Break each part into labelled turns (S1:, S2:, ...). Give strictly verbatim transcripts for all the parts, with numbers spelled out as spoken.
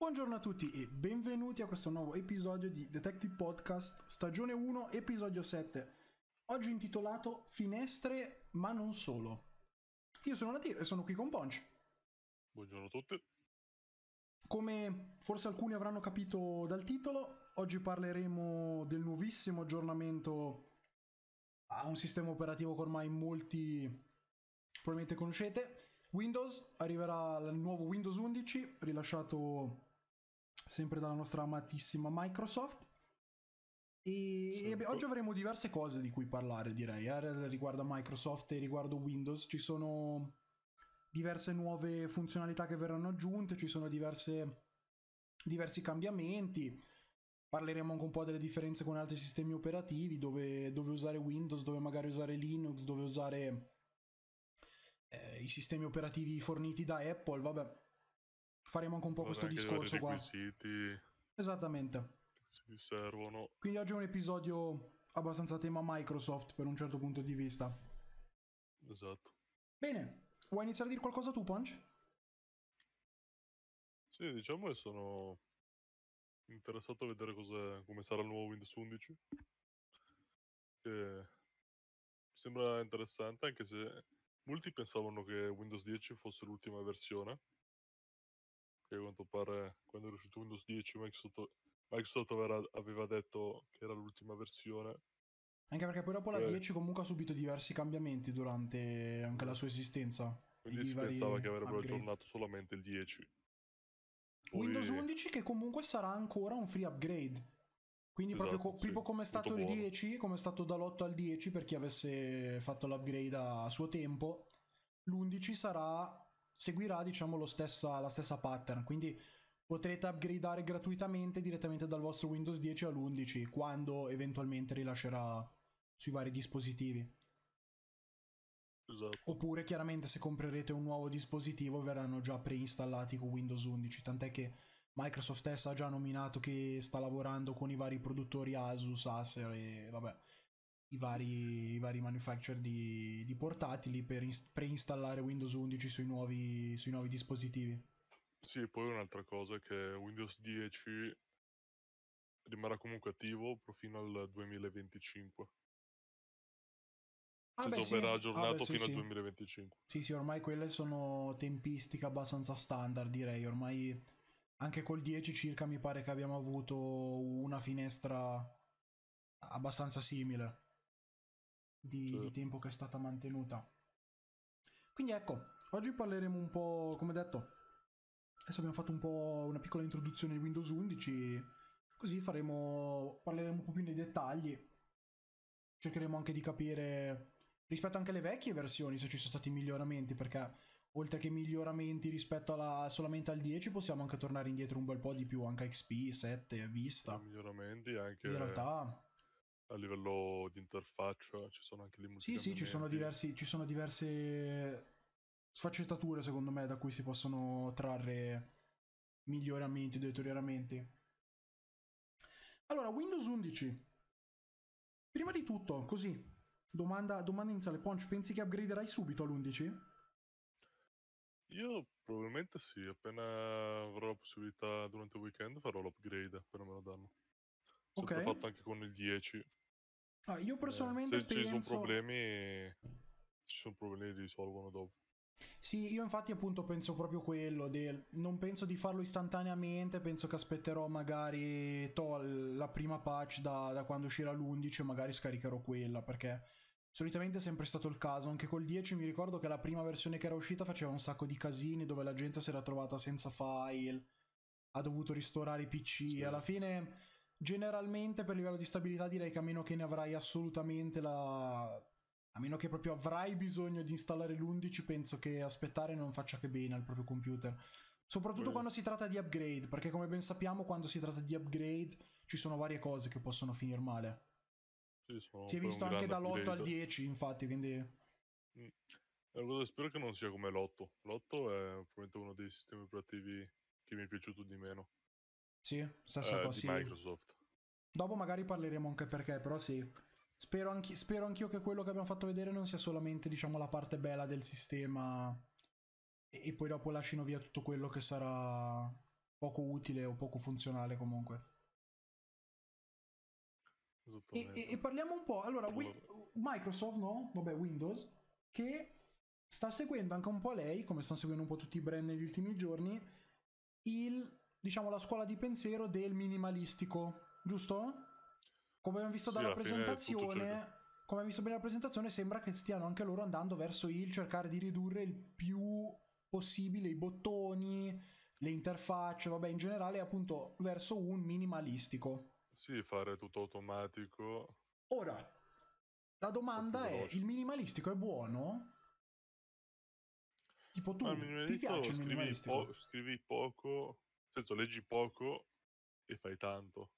S1: Buongiorno a tutti e benvenuti a questo nuovo episodio di Detective Podcast, stagione uno, episodio sette. Oggi intitolato Finestre, ma non solo. Io sono Nadir e sono qui con Ponch.
S2: Buongiorno a tutti.
S1: Come forse alcuni avranno capito dal titolo, oggi parleremo del nuovissimo aggiornamento a un sistema operativo che ormai molti probabilmente conoscete. Windows, arriverà il nuovo Windows undici, rilasciato sempre dalla nostra amatissima Microsoft. E,
S2: Sì,
S1: e beh, oggi avremo diverse cose di cui parlare, direi, eh, riguardo a Microsoft e riguardo Windows. Ci sono diverse nuove funzionalità che verranno aggiunte, ci sono diverse, diversi cambiamenti. Parleremo anche un po' delle differenze con altri sistemi operativi, dove, dove usare Windows, dove magari usare Linux, dove usare eh, i sistemi operativi forniti da Apple. Vabbè, faremo anche un po' questo
S2: anche
S1: discorso
S2: i vari
S1: qua.
S2: requisiti
S1: Esattamente.
S2: che ci servono.
S1: Quindi oggi è un episodio abbastanza tema Microsoft per un certo punto di vista.
S2: Esatto.
S1: Bene, vuoi iniziare a dire qualcosa tu, Punch?
S2: Sì, diciamo che sono interessato a vedere cos'è, come sarà il nuovo Windows undici. Che sembra interessante, anche se molti pensavano che Windows dieci fosse l'ultima versione. Che a quanto pare, quando è uscito Windows dieci, Microsoft, Microsoft aveva, aveva detto che era l'ultima versione.
S1: Anche perché poi dopo la
S2: Eh,
S1: dieci comunque ha subito diversi cambiamenti durante anche la sua esistenza.
S2: Quindi
S1: I
S2: si
S1: vari
S2: pensava che avrebbero
S1: upgrade.
S2: aggiornato solamente il dieci.
S1: Windows
S2: Poi,
S1: undici che comunque sarà ancora un free upgrade. Quindi
S2: esatto,
S1: proprio, co-
S2: sì,
S1: proprio come è
S2: molto
S1: stato il
S2: buono.
S1: dieci, come è stato dall'otto al dieci per chi avesse fatto l'upgrade a suo tempo, l'undici sarà, seguirà diciamo lo stessa, la stessa pattern. Quindi potrete upgradeare gratuitamente direttamente dal vostro Windows dieci all'undici quando eventualmente rilascerà sui vari dispositivi.
S2: Esatto.
S1: Oppure chiaramente se comprerete un nuovo dispositivo verranno già preinstallati con Windows undici, tant'è che Microsoft stessa ha già nominato che sta lavorando con i vari produttori Asus, Acer e vabbè, i vari, i vari manufacturer di, di portatili per inst- preinstallare Windows undici sui nuovi, sui nuovi dispositivi.
S2: Sì, poi un'altra cosa è che Windows dieci rimarrà comunque attivo fino al duemilaventicinque.
S1: Ah beh
S2: Cioè
S1: sì,
S2: verrà
S1: ah beh
S2: aggiornato
S1: sì
S2: fino al
S1: sì.
S2: duemilaventicinque.
S1: Sì sì, ormai quelle sono tempistiche abbastanza standard direi, ormai anche col dieci circa mi pare che abbiamo avuto una finestra abbastanza simile di, di
S2: Cioè,
S1: tempo che è stata mantenuta. Quindi ecco, oggi parleremo un po', come detto, adesso abbiamo fatto un po' una piccola introduzione di Windows undici, così faremo, parleremo un po' più nei dettagli, cercheremo anche di capire rispetto anche alle vecchie versioni se ci sono stati miglioramenti, perché oltre che miglioramenti rispetto alla, solamente al dieci possiamo anche tornare indietro un bel po' di più, anche a X P, sette,
S2: sì,
S1: Vista.
S2: miglioramenti anche
S1: Quindi in realtà
S2: a livello di interfaccia, ci sono anche lì molti
S1: sì, sì, ci sono,
S2: cambiamenti.
S1: diversi, ci sono diverse sfaccettature secondo me da cui si possono trarre miglioramenti o deterioramenti. Allora, Windows undici. Prima di tutto, così, domanda, domanda iniziale, Ponch, pensi che upgraderai subito all'undici?
S2: Io probabilmente sì, appena avrò la possibilità durante il weekend farò l'upgrade, appena me lo danno.
S1: Ok.
S2: Sempre fatto anche con il dieci.
S1: Ah, io
S2: Eh,
S1: personalmente
S2: se ci sono
S1: penso...
S2: problemi, ci sono problemi li risolvono dopo.
S1: Sì, io infatti appunto penso proprio quello, del... non penso di farlo istantaneamente, penso che aspetterò magari to, la prima patch da, da quando uscirà l'undici e magari scaricherò quella, perché solitamente è sempre stato il caso, anche col dieci mi ricordo che la prima versione che era uscita faceva un sacco di casini dove la gente si era trovata senza file, ha dovuto ristorare i P C, e
S2: Sì,
S1: alla fine generalmente per livello di stabilità direi che a meno che ne avrai assolutamente la... A meno che proprio avrai bisogno di installare l'undici, penso che aspettare non faccia che bene al proprio computer. Soprattutto
S2: poi,
S1: quando si tratta di upgrade, perché come ben sappiamo quando si tratta di upgrade ci sono varie cose che possono finire male.
S2: sì, sono
S1: Si è
S2: poi un
S1: visto anche
S2: grande
S1: dall'otto al
S2: upgrade.
S1: dieci, infatti, quindi...
S2: Mm. È una cosa che spero che non sia come l'otto. L'otto è probabilmente uno dei sistemi operativi che mi è piaciuto di meno.
S1: Sì, stessa
S2: Eh,
S1: cosa,
S2: di
S1: sì.
S2: Microsoft.
S1: Dopo magari parleremo anche perché, però sì. Spero, anche, spero anch'io che quello che abbiamo fatto vedere non sia solamente, diciamo, la parte bella del sistema e, e poi dopo lasciano via tutto quello che sarà poco utile o poco funzionale comunque. E, e, e parliamo un po', allora, wi- Microsoft, no? Vabbè, Windows, che sta seguendo anche un po' lei, come stanno seguendo un po' tutti i brand negli ultimi giorni, il, diciamo, la scuola di pensiero del minimalistico, giusto? Come abbiamo visto
S2: Sì,
S1: dalla
S2: alla fine tutto
S1: presentazione,
S2: cerca-
S1: come abbiamo visto bene la presentazione, sembra che stiano anche loro andando verso il cercare di ridurre il più possibile i bottoni, le interfacce, vabbè, in generale appunto verso un minimalistico.
S2: Sì, fare tutto automatico,
S1: Ora, la
S2: un po' più
S1: domanda è,
S2: veloce.
S1: il minimalistico è buono? Tipo
S2: Ma il
S1: tu, ti piace
S2: minimalisto
S1: il
S2: scrivi, po-
S1: minimalistico?
S2: scrivi poco, nel senso leggi poco e fai tanto.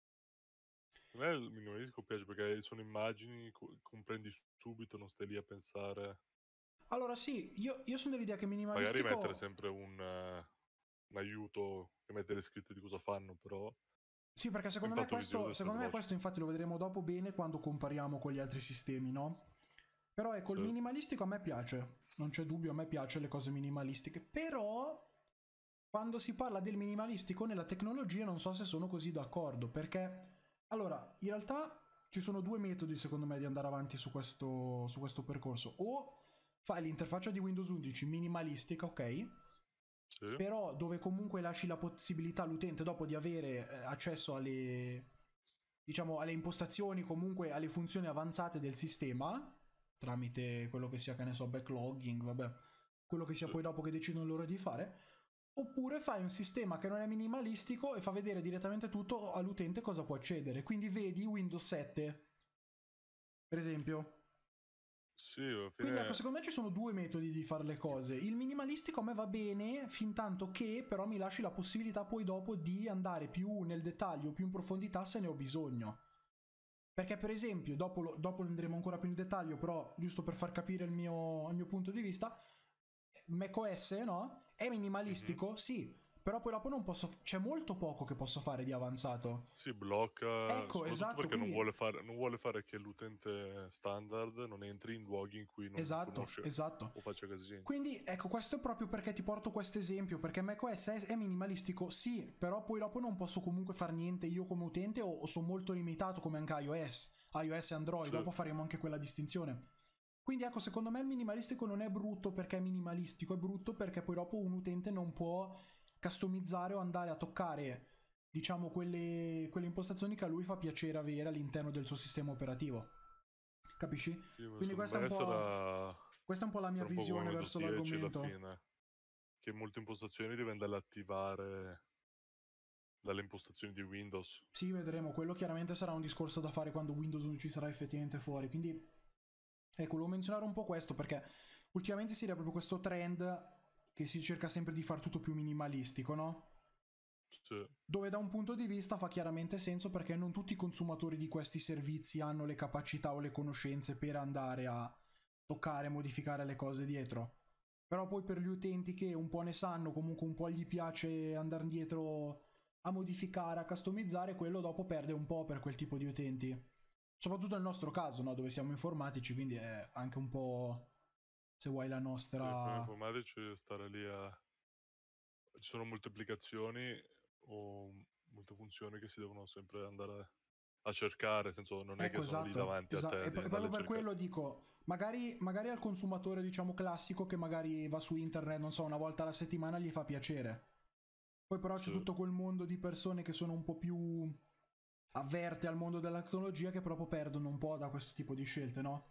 S2: A me il minimalistico piace perché sono immagini, co- comprendi subito, non stai lì a pensare.
S1: Allora sì, io, io sono dell'idea che
S2: Magari mettere
S1: minimalistico...
S2: sempre un, eh, un aiuto e mettere scritte di cosa fanno, però
S1: Sì, perché secondo me
S2: l'impatto visivo
S1: questo,
S2: deve essere
S1: secondo me
S2: veloce.
S1: questo infatti lo vedremo dopo bene quando compariamo con gli altri sistemi, no? Però ecco, il
S2: Sì.
S1: minimalistico a me piace, non c'è dubbio, a me piace le cose minimalistiche, però quando si parla del minimalistico nella tecnologia non so se sono così d'accordo, perché allora, in realtà ci sono due metodi secondo me di andare avanti su questo, su questo percorso. O fai l'interfaccia di Windows undici minimalistica, ok?
S2: Sì.
S1: Però dove comunque lasci la possibilità all'utente dopo di avere eh, accesso alle, diciamo, alle impostazioni, comunque alle funzioni avanzate del sistema, tramite quello che sia, che ne so, backlogging, vabbè, quello che sia
S2: Sì.
S1: poi dopo che decidono loro di fare. Oppure fai un sistema che non è minimalistico e fa vedere direttamente tutto all'utente cosa può accedere. Quindi vedi Windows sette, per esempio.
S2: Sì, alla
S1: Quindi ecco,
S2: fine
S1: secondo me ci sono due metodi di fare le cose. Il minimalistico a me va bene fin tanto che però mi lasci la possibilità poi dopo di andare più nel dettaglio, più in profondità se ne ho bisogno. Perché per esempio, dopo, lo, dopo andremo ancora più in dettaglio, però giusto per far capire il mio, il mio punto di vista, macOS, no? È
S2: mhm,
S1: minimalistico? Sì, però poi dopo non posso... c'è molto poco che posso fare di avanzato.
S2: si blocca,
S1: Ecco,
S2: soprattutto
S1: esatto,
S2: perché non
S1: quindi...
S2: vuole fare, non vuole fare che l'utente standard non entri in luoghi in cui non
S1: Esatto,
S2: conosce
S1: esatto.
S2: o faccia casini.
S1: Quindi ecco, questo è proprio perché ti porto questo esempio, perché macOS è, è minimalistico, sì, però poi dopo non posso comunque fare niente io come utente o, o sono molto limitato come anche iOS, iOS e Android,
S2: Sì,
S1: dopo faremo anche quella distinzione. Quindi ecco, secondo me il minimalistico non è brutto perché è minimalistico, è brutto perché poi dopo un utente non può customizzare o andare a toccare, diciamo, quelle, quelle impostazioni che a lui fa piacere avere all'interno del suo sistema operativo. Capisci?
S2: sì, ma
S1: Quindi
S2: secondo
S1: questa è un
S2: me
S1: po'...
S2: sarà,
S1: Questa è un po' la mia
S2: sarà un po' come
S1: visione
S2: Windows
S1: verso
S2: dieci alla
S1: l'argomento.
S2: fine, che molte impostazioni devi andare ad attivare dalle impostazioni di Windows.
S1: Sì, vedremo. Quello chiaramente sarà un discorso da fare quando Windows undici sarà effettivamente fuori. Quindi, ecco, volevo menzionare un po' questo perché ultimamente si vede proprio questo trend che si cerca sempre di far tutto più minimalistico, no?
S2: Sì,
S1: Dove da un punto di vista fa chiaramente senso perché non tutti i consumatori di questi servizi hanno le capacità o le conoscenze per andare a toccare e modificare le cose dietro. Però poi per gli utenti che un po' ne sanno, comunque un po' gli piace andare dietro a modificare, a customizzare, quello dopo perde un po' per quel tipo di utenti. Soprattutto nel nostro caso, no? Dove siamo informatici, quindi è anche un po', se vuoi, la
S2: sì, per
S1: nostra...
S2: informatici stare lì a... Ci sono molte applicazioni o molte funzioni che si devono sempre andare a cercare, nel senso non è che
S1: Ecco,
S2: sono lì
S1: esatto,
S2: davanti a
S1: esatto.
S2: te,
S1: E, p-
S2: devi
S1: e
S2: andare
S1: proprio
S2: a
S1: per
S2: cercare.
S1: quello dico, magari, magari al consumatore, diciamo, classico che magari va su internet, non so, una volta alla settimana gli fa piacere. Poi però c'è
S2: Sì,
S1: tutto quel mondo di persone che sono un po' più avverte al mondo della tecnologia che proprio perdono un po' da questo tipo di scelte, no?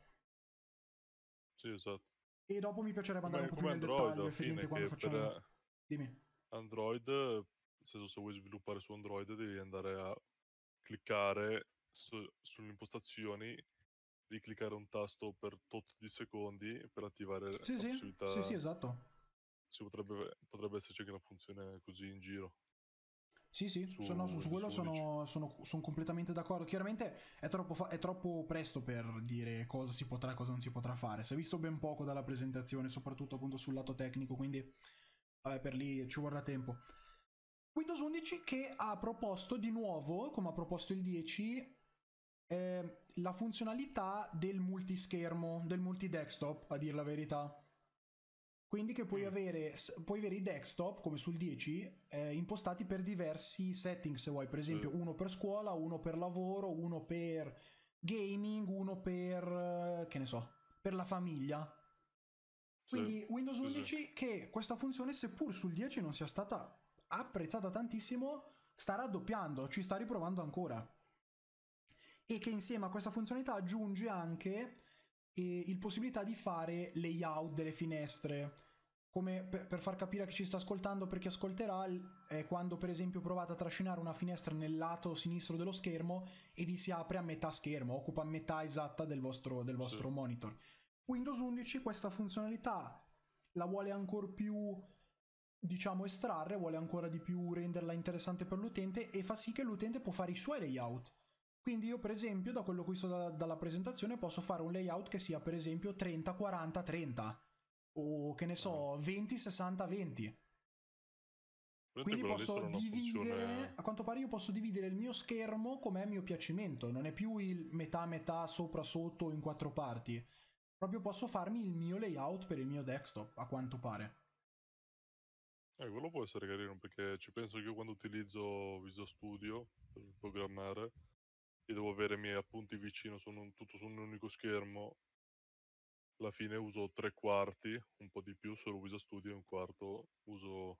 S2: sì, esatto.
S1: E dopo mi piacerebbe andare un
S2: Come,
S1: po' più
S2: come
S1: nel
S2: Android
S1: dettaglio,
S2: alla fine,
S1: effettivamente, quando
S2: che per
S1: facciamo...
S2: eh,
S1: Dimmi.
S2: Android, nel senso se vuoi sviluppare su Android devi andare a cliccare su- sulle impostazioni, ricliccare un tasto per tot di secondi per attivare
S1: Sì,
S2: la
S1: sì, sì, sì,
S2: possibilità.
S1: esatto.
S2: Si potrebbe, potrebbe esserci anche una funzione così in giro
S1: Sì, sì,
S2: su
S1: sono- su, su
S2: Windows
S1: quello
S2: undici.
S1: sono, sono- sono completamente d'accordo. Chiaramente è troppo, fa- è troppo presto per dire cosa si potrà e cosa non si potrà fare. Si è visto ben poco dalla presentazione, soprattutto appunto sul lato tecnico, quindi vabbè, per lì ci vorrà tempo. Windows undici che ha proposto di nuovo, come ha proposto il dieci, eh, la funzionalità del multischermo, del multi-desktop, a dire la verità. Quindi che puoi
S2: Mm.
S1: avere, s- puoi avere i desktop, come sul dieci, eh, impostati per diversi settings, se vuoi. Per esempio,
S2: Sì.
S1: uno per scuola, uno per lavoro, uno per gaming, uno per, eh, che ne so, per la famiglia.
S2: Sì,
S1: Quindi Windows
S2: sì, sì.
S1: undici, che questa funzione, seppur sul dieci non sia stata apprezzata tantissimo, sta raddoppiando, ci sta riprovando ancora. E che insieme a questa funzionalità aggiunge anche eh, il possibilità di fare layout delle finestre. Come per, per far capire a chi ci sta ascoltando, per chi ascolterà, è quando per esempio provate a trascinare una finestra nel lato sinistro dello schermo e vi si apre a metà schermo, occupa metà esatta del vostro, del vostro
S2: Sì.
S1: monitor. Windows undici questa funzionalità la vuole ancora più, diciamo, estrarre, vuole ancora di più renderla interessante per l'utente e fa sì che l'utente può fare i suoi layout. Quindi io per esempio, da quello che ho visto da, dalla presentazione, posso fare un layout che sia per esempio trenta quaranta trenta o che ne
S2: Ah.
S1: so, venti sessanta venti.
S2: Ovviamente
S1: Quindi
S2: quella lì
S1: posso
S2: sarà una
S1: dividere,
S2: funzione.
S1: a quanto pare io posso dividere il mio schermo come è a mio piacimento, non è più il metà metà sopra sotto in quattro parti. Proprio posso farmi il mio layout per il mio desktop, a quanto pare.
S2: Eh, quello può essere carino perché ci penso che io quando utilizzo Visual Studio per programmare e devo avere i miei appunti vicino su un- tutto su un unico schermo, alla fine uso tre quarti, un po' di più solo Visual Studio e un quarto uso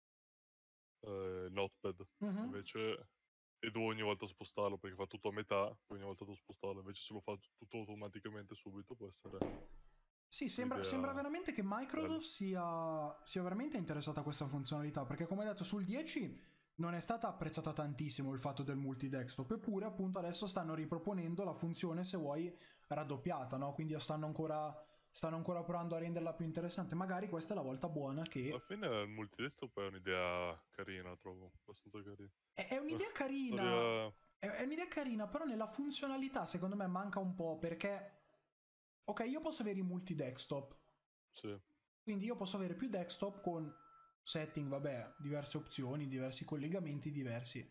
S2: eh, Notepad.
S1: Mhm.
S2: Invece, e devo ogni volta spostarlo perché fa tutto a metà, poi ogni volta devo spostarlo. Invece se lo fa tutto automaticamente subito può essere
S1: Sì, sembra, sembra
S2: un'idea
S1: veramente che
S2: bella.
S1: Microsoft sia, sia veramente interessata a questa funzionalità, perché come detto sul dieci non è stata apprezzata tantissimo il fatto del multi-desktop, eppure appunto adesso stanno riproponendo la funzione, se vuoi, raddoppiata, no? Quindi stanno ancora, stanno ancora provando a renderla più interessante. Magari questa è la volta buona
S2: Alla
S1: che...
S2: fine il multidesktop è un'idea carina, trovo, abbastanza carina.
S1: È, è un'idea carina,
S2: Storia.
S1: è, è un'idea carina, però nella funzionalità secondo me manca un po', perché... Ok, io posso avere i multi-desktop,
S2: Sì.
S1: quindi io posso avere più desktop con setting, vabbè, diverse opzioni, diversi collegamenti diversi.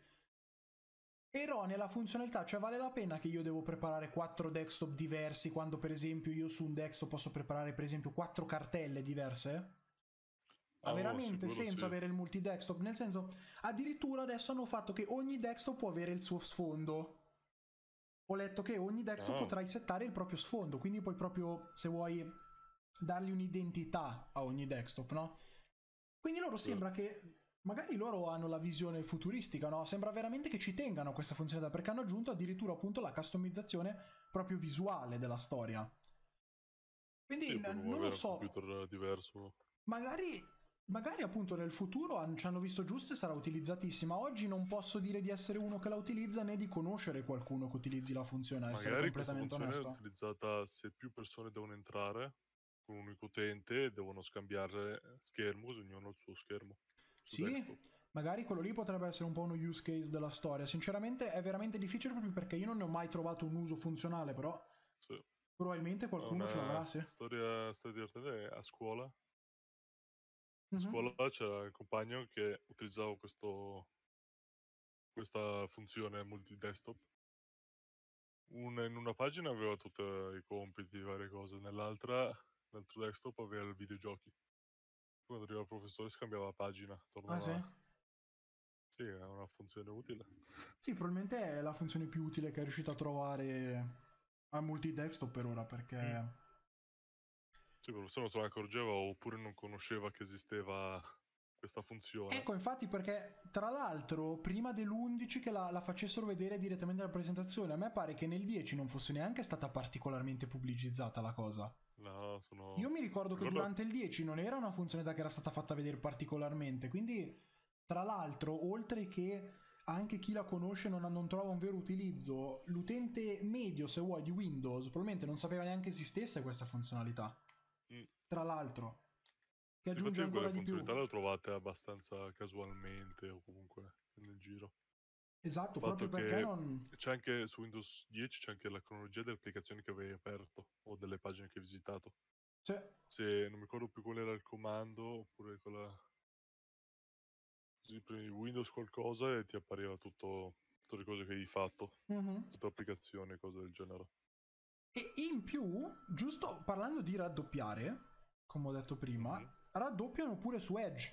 S1: Però nella funzionalità, cioè vale la pena che io devo preparare quattro desktop diversi quando per esempio io su un desktop posso preparare per esempio quattro cartelle diverse? Ha
S2: Ah, no,
S1: veramente
S2: sicuro
S1: senso
S2: sì.
S1: avere il multi desktop? Nel senso, addirittura adesso hanno fatto che ogni desktop può avere il suo sfondo. Ho letto che ogni desktop
S2: Ah,
S1: potrai settare il proprio sfondo, quindi puoi proprio, se vuoi, dargli un'identità a ogni desktop, no? Quindi loro
S2: sì.
S1: sembra che magari loro hanno la visione futuristica, no? Sembra veramente che ci tengano a questa funzionalità perché hanno aggiunto addirittura appunto la customizzazione proprio visuale della storia. Quindi
S2: Sì, poi
S1: n-
S2: come
S1: non lo
S2: avere un
S1: so,
S2: computer diverso.
S1: magari, magari appunto nel futuro han- ci hanno visto giusto e sarà utilizzatissima. Oggi non posso dire di essere uno che la utilizza né di conoscere qualcuno che utilizzi la funzione, a essere
S2: Magari questa
S1: completamente
S2: funzione è
S1: onesto.
S2: utilizzata se più persone devono entrare con un unico utente e devono scambiare schermo, così ognuno ha il suo schermo su
S1: Sì,
S2: desktop.
S1: magari quello lì potrebbe essere un po' uno use case della storia. Sinceramente è veramente difficile proprio perché io non ne ho mai trovato un uso funzionale, però
S2: Sì.
S1: probabilmente
S2: È
S1: qualcuno ce l'avrà,
S2: una
S1: sì.
S2: storia, storia divertente. A scuola, a
S1: Mhm.
S2: scuola c'era il compagno che utilizzava questo, questa funzione multi-desktop. Un- in una pagina aveva tutti i compiti, varie cose, nell'altra, l'altro desktop aveva i videogiochi. Quando arrivava il professore scambiava la pagina,
S1: Ah sì?
S2: tornava. Sì, è una funzione utile.
S1: Sì, probabilmente è la funzione più utile che è riuscito a trovare a multi-desktop per ora,
S2: Mm.
S1: perché...
S2: Sì, il professore non se ne accorgeva oppure non conosceva che esisteva questa funzione.
S1: Ecco, infatti, perché tra l'altro, prima dell'undici che la, la facessero vedere direttamente alla presentazione, a me pare che nel dieci non fosse neanche stata particolarmente pubblicizzata la cosa.
S2: No, sono.
S1: Io mi ricordo che
S2: Quello.
S1: durante il dieci non era una funzionalità che era stata fatta vedere particolarmente, quindi tra l'altro, oltre che anche chi la conosce non, non trova un vero utilizzo, l'utente medio, se vuoi, di Windows probabilmente non sapeva neanche esistesse questa funzionalità.
S2: Mm.
S1: Tra l'altro, che
S2: Sì,
S1: aggiunge
S2: infatti quelle
S1: ancora di più.
S2: funzionalità le ho trovate abbastanza casualmente o comunque nel giro. Il
S1: Esatto,
S2: fatto
S1: proprio perché
S2: che
S1: non...
S2: c'è anche su Windows dieci c'è anche la cronologia delle applicazioni che avevi aperto o delle pagine che hai visitato.
S1: Cioè,
S2: Se non mi ricordo più qual era il comando oppure quella. Sì, prendi Windows qualcosa e ti appariva tutto, tutte le cose che hai fatto,
S1: mhm.
S2: tutte le applicazioni, cose del genere.
S1: E in più, giusto parlando di raddoppiare, come ho detto prima,
S2: Mhm.
S1: raddoppiano pure su Edge.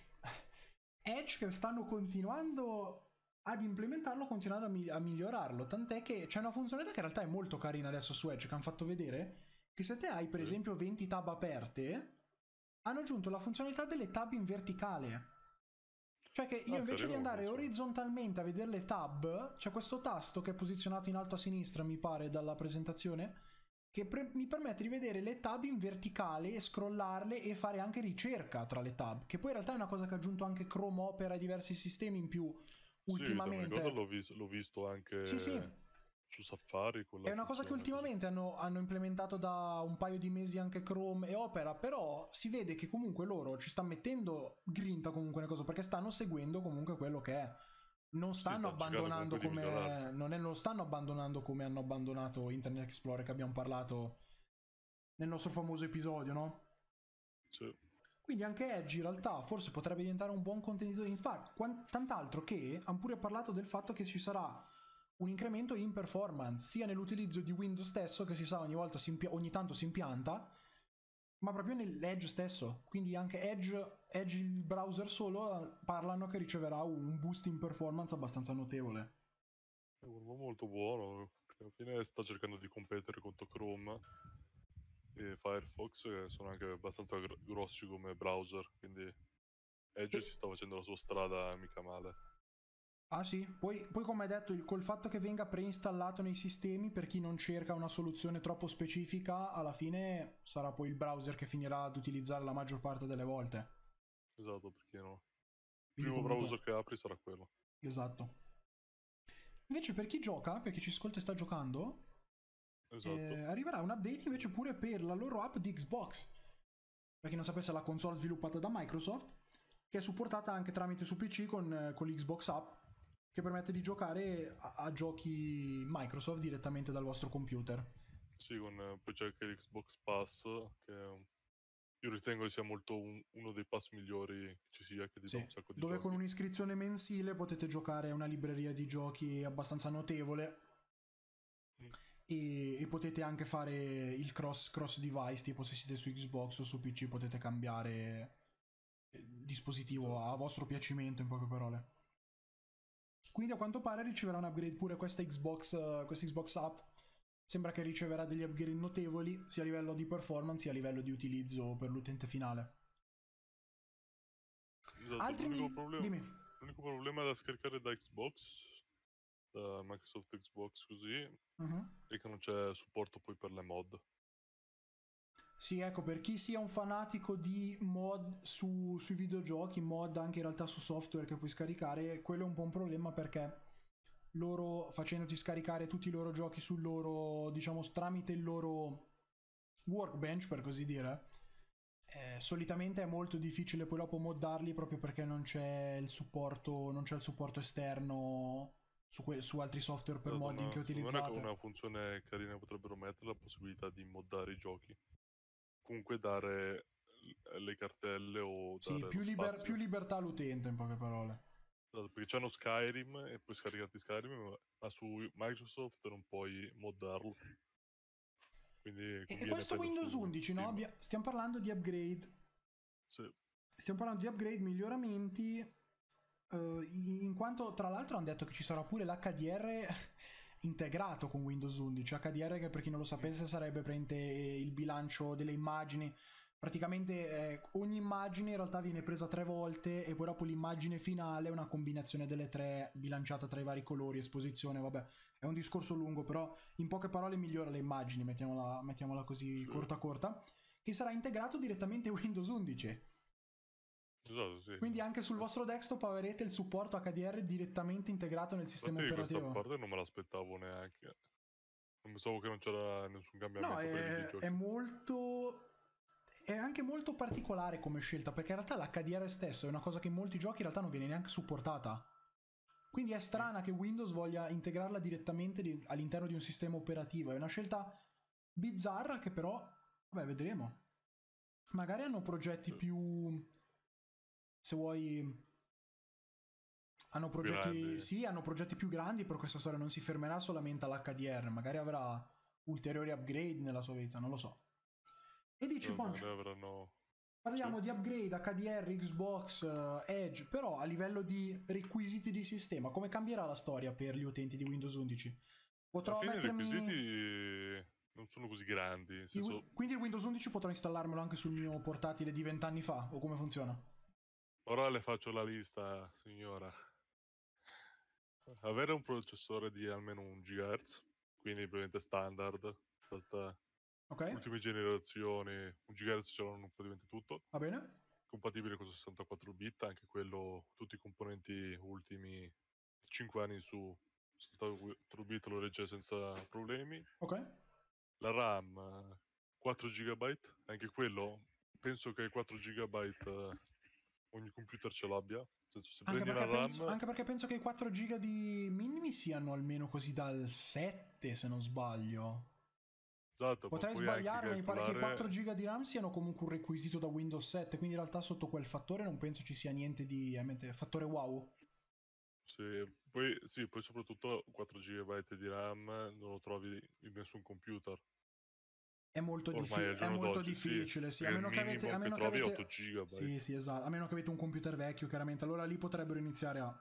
S1: Edge che stanno continuando ad implementarlo, continuando a, mi- a migliorarlo, tant'è che c'è una funzionalità che in realtà è molto carina adesso su Edge, che hanno fatto vedere, che se te hai per
S2: Sì.
S1: esempio venti tab aperte, hanno aggiunto la funzionalità delle tab in verticale. Cioè che io
S2: Ah,
S1: invece di
S2: carino,
S1: andare
S2: funziona.
S1: orizzontalmente a vedere le tab, c'è questo tasto che è posizionato in alto a sinistra, mi pare, dalla presentazione, che pre- mi permette di vedere le tab in verticale e scrollarle e fare anche ricerca tra le tab, che poi in realtà è una cosa che ha aggiunto anche Chrome Opera e diversi sistemi in più
S2: Sì, da me ricordo
S1: ultimamente.
S2: l'ho, vis- l'ho visto anche
S1: Sì, sì.
S2: su Safari con la
S1: È una cosa che
S2: funzione così.
S1: ultimamente hanno, hanno implementato da un paio di mesi anche Chrome e Opera, però si vede che comunque loro ci stanno mettendo grinta comunque nelle cose, perché stanno seguendo comunque quello che è. Non
S2: Sì,
S1: stanno
S2: stanno cercando
S1: abbandonando
S2: comunque di migliorarsi.
S1: come non, è, non lo stanno abbandonando come hanno abbandonato Internet Explorer, che abbiamo parlato nel nostro famoso episodio, no?
S2: Sì.
S1: Quindi anche Edge in realtà forse potrebbe diventare un buon contenitore. Infatti, quan- tant'altro che hanno pure parlato del fatto che ci sarà un incremento in performance sia nell'utilizzo di Windows stesso, che si sa ogni volta si impia- ogni tanto si impianta, ma proprio nell'Edge stesso. Quindi anche Edge, Edge il browser solo, eh, parlano che riceverà un boost in performance abbastanza notevole.
S2: È un uomo molto buono, perché alla fine sta cercando di competere contro Chrome e Firefox, che sono anche abbastanza gr- grossi come browser, quindi Edge si sta facendo la sua strada mica male.
S1: Ah sì, poi, poi come hai detto, il, col fatto che venga preinstallato nei sistemi, per chi non cerca una soluzione troppo specifica, alla fine sarà poi il browser che finirà ad utilizzare la maggior parte delle volte.
S2: Esatto, perché no? Il
S1: Quindi
S2: primo
S1: comunque,
S2: browser che apri sarà quello.
S1: esatto. Invece per chi gioca, per chi ci ascolta e sta giocando,
S2: Esatto.
S1: eh, arriverà un update invece pure per la loro app di Xbox. Per chi non sapesse, la console sviluppata da Microsoft, che è supportata anche tramite su P C con, eh, con l'Xbox app, che permette di giocare a, a giochi Microsoft direttamente dal vostro computer.
S2: Sì, con, eh, poi c'è anche l'Xbox Pass, che è un- io ritengo che sia molto un- uno dei pass migliori che ci sia, che ti dà
S1: Sì,
S2: un sacco di
S1: dove con
S2: giochi.
S1: un'iscrizione mensile potete giocare a una libreria di giochi abbastanza notevole
S2: Mm,
S1: e, e potete anche fare il cross, cross device, tipo se siete su Xbox o su P C potete cambiare il dispositivo a
S2: esatto.
S1: vostro piacimento, in poche parole. Quindi a quanto pare riceverà un upgrade pure questa Xbox, uh, questa Xbox app. Sembra che riceverà degli upgrade notevoli sia a livello di performance sia a livello di utilizzo per l'utente finale.
S2: Esatto,
S1: Altri
S2: l'unico
S1: mi...
S2: problema,
S1: Dimmi.
S2: l'unico problema da scaricare da Xbox, da Microsoft Xbox così,
S1: Uh-huh.
S2: è che non c'è supporto poi per le mod.
S1: Sì, ecco, per chi sia un fanatico di mod su, sui videogiochi, mod anche in realtà su software che puoi scaricare, quello è un po' un problema perché loro, facendoti scaricare tutti i loro giochi sul loro, diciamo, tramite il loro workbench, per così dire, eh, solitamente è molto difficile poi dopo moddarli proprio perché non c'è il supporto, non c'è il supporto esterno su, que- su altri software per
S2: Esatto,
S1: modding
S2: ma
S1: che
S2: secondo me una
S1: utilizzate.
S2: una funzione carina che potrebbero mettere è la possibilità di moddare i giochi. Comunque dare l- le cartelle o
S1: Sì,
S2: dare lo
S1: più, liber- più
S2: spazio.
S1: libertà all'utente, in poche parole.
S2: Esatto, perché c'hanno Skyrim e puoi scaricarti Skyrim, ma ma su Microsoft non puoi moddarlo. Quindi
S1: E, e
S2: conviene
S1: questo
S2: prendere
S1: Windows
S2: su
S1: undici, no?
S2: Steam.
S1: Abbia- stiamo parlando di upgrade.
S2: Sì,
S1: Stiamo parlando di upgrade, miglioramenti, eh, in in quanto tra l'altro hanno detto che ci sarà pure l'H D R integrato con Windows undici. H D R che per chi non lo
S2: mm,
S1: sapesse sarebbe praticamente il bilancio delle immagini. Praticamente eh, ogni immagine in realtà viene presa tre volte e poi dopo l'immagine finale è una combinazione delle tre bilanciata tra i vari colori, esposizione, vabbè, è un discorso lungo, però in poche parole migliora le immagini, mettiamola, mettiamola così
S2: sì.
S1: corta corta, che sarà integrato direttamente Windows undici.
S2: Esatto, sì.
S1: Quindi anche sul
S2: Eh,
S1: vostro desktop avrete il supporto H D R direttamente integrato nel sistema
S2: Infatti questa
S1: operativo.
S2: parte non me l'aspettavo neanche. Non pensavo che non c'era nessun
S1: No,
S2: cambiamento per i
S1: è, è
S2: videogiochi.
S1: molto... È anche molto particolare come scelta, perché in realtà l'H D R stesso è una cosa che in molti giochi in realtà non viene neanche supportata. Quindi è
S2: Mm,
S1: strana che Windows voglia integrarla direttamente di- all'interno di un sistema operativo. È una scelta bizzarra che però, vabbè, vedremo. Magari hanno progetti
S2: sì.
S1: più... Se vuoi... Hanno
S2: Più
S1: progetti,
S2: grandi.
S1: sì, hanno progetti più grandi, però questa storia non si fermerà solamente all'H D R, magari avrà ulteriori upgrade nella sua vita, non lo so. E dici,
S2: Eh,
S1: Poncio,
S2: magari avranno
S1: Parliamo
S2: Sì.
S1: di upgrade, H D R, Xbox, uh, Edge, però a livello di requisiti di sistema, come cambierà la storia per gli utenti di Windows undici? Potrò
S2: Alla fine i
S1: mettermi...
S2: requisiti non sono così grandi, nel
S1: il wi-
S2: senso,
S1: Quindi il Windows undici potrò installarmelo anche sul mio portatile di vent'anni fa, o come funziona?
S2: ora le faccio la lista, signora. Avere un processore di almeno un gigahertz, quindi probabilmente standard, basta
S1: Ok?
S2: ultime generazioni, un gigahertz ce l'hanno praticamente tutto,
S1: Va bene?
S2: compatibile con sessantaquattro bit, anche quello, tutti i componenti ultimi cinque anni su sessantaquattro bit lo regge senza problemi.
S1: Ok?
S2: La RAM eh, quattro giga, anche quello penso che quattro giga ogni computer ce l'abbia, nel senso se
S1: Anche
S2: prendi una
S1: perché, penso,
S2: RAM,
S1: anche perché penso che i quattro giga di minimi siano almeno così dal sette, se non sbaglio.
S2: esatto, ma
S1: Potrei
S2: puoi anche
S1: sbagliare, ma mi pare che i quattro
S2: calcolare,
S1: giga di RAM siano comunque un requisito da Windows sette, quindi in realtà sotto quel fattore non penso ci sia niente di eh, fattore wow.
S2: se, poi, sì, poi soprattutto quattro giga di RAM non lo trovi in nessun computer,
S1: È molto,
S2: ormai
S1: diffi-
S2: al
S1: è
S2: giorno
S1: molto
S2: d'oggi, sì,
S1: difficile, sì, a
S2: perché il
S1: meno che avete... A
S2: minimo che
S1: meno che
S2: trovi è otto
S1: avete...
S2: giga.
S1: Sì, sì, esatto, a meno che avete un computer vecchio, chiaramente, allora lì potrebbero iniziare a,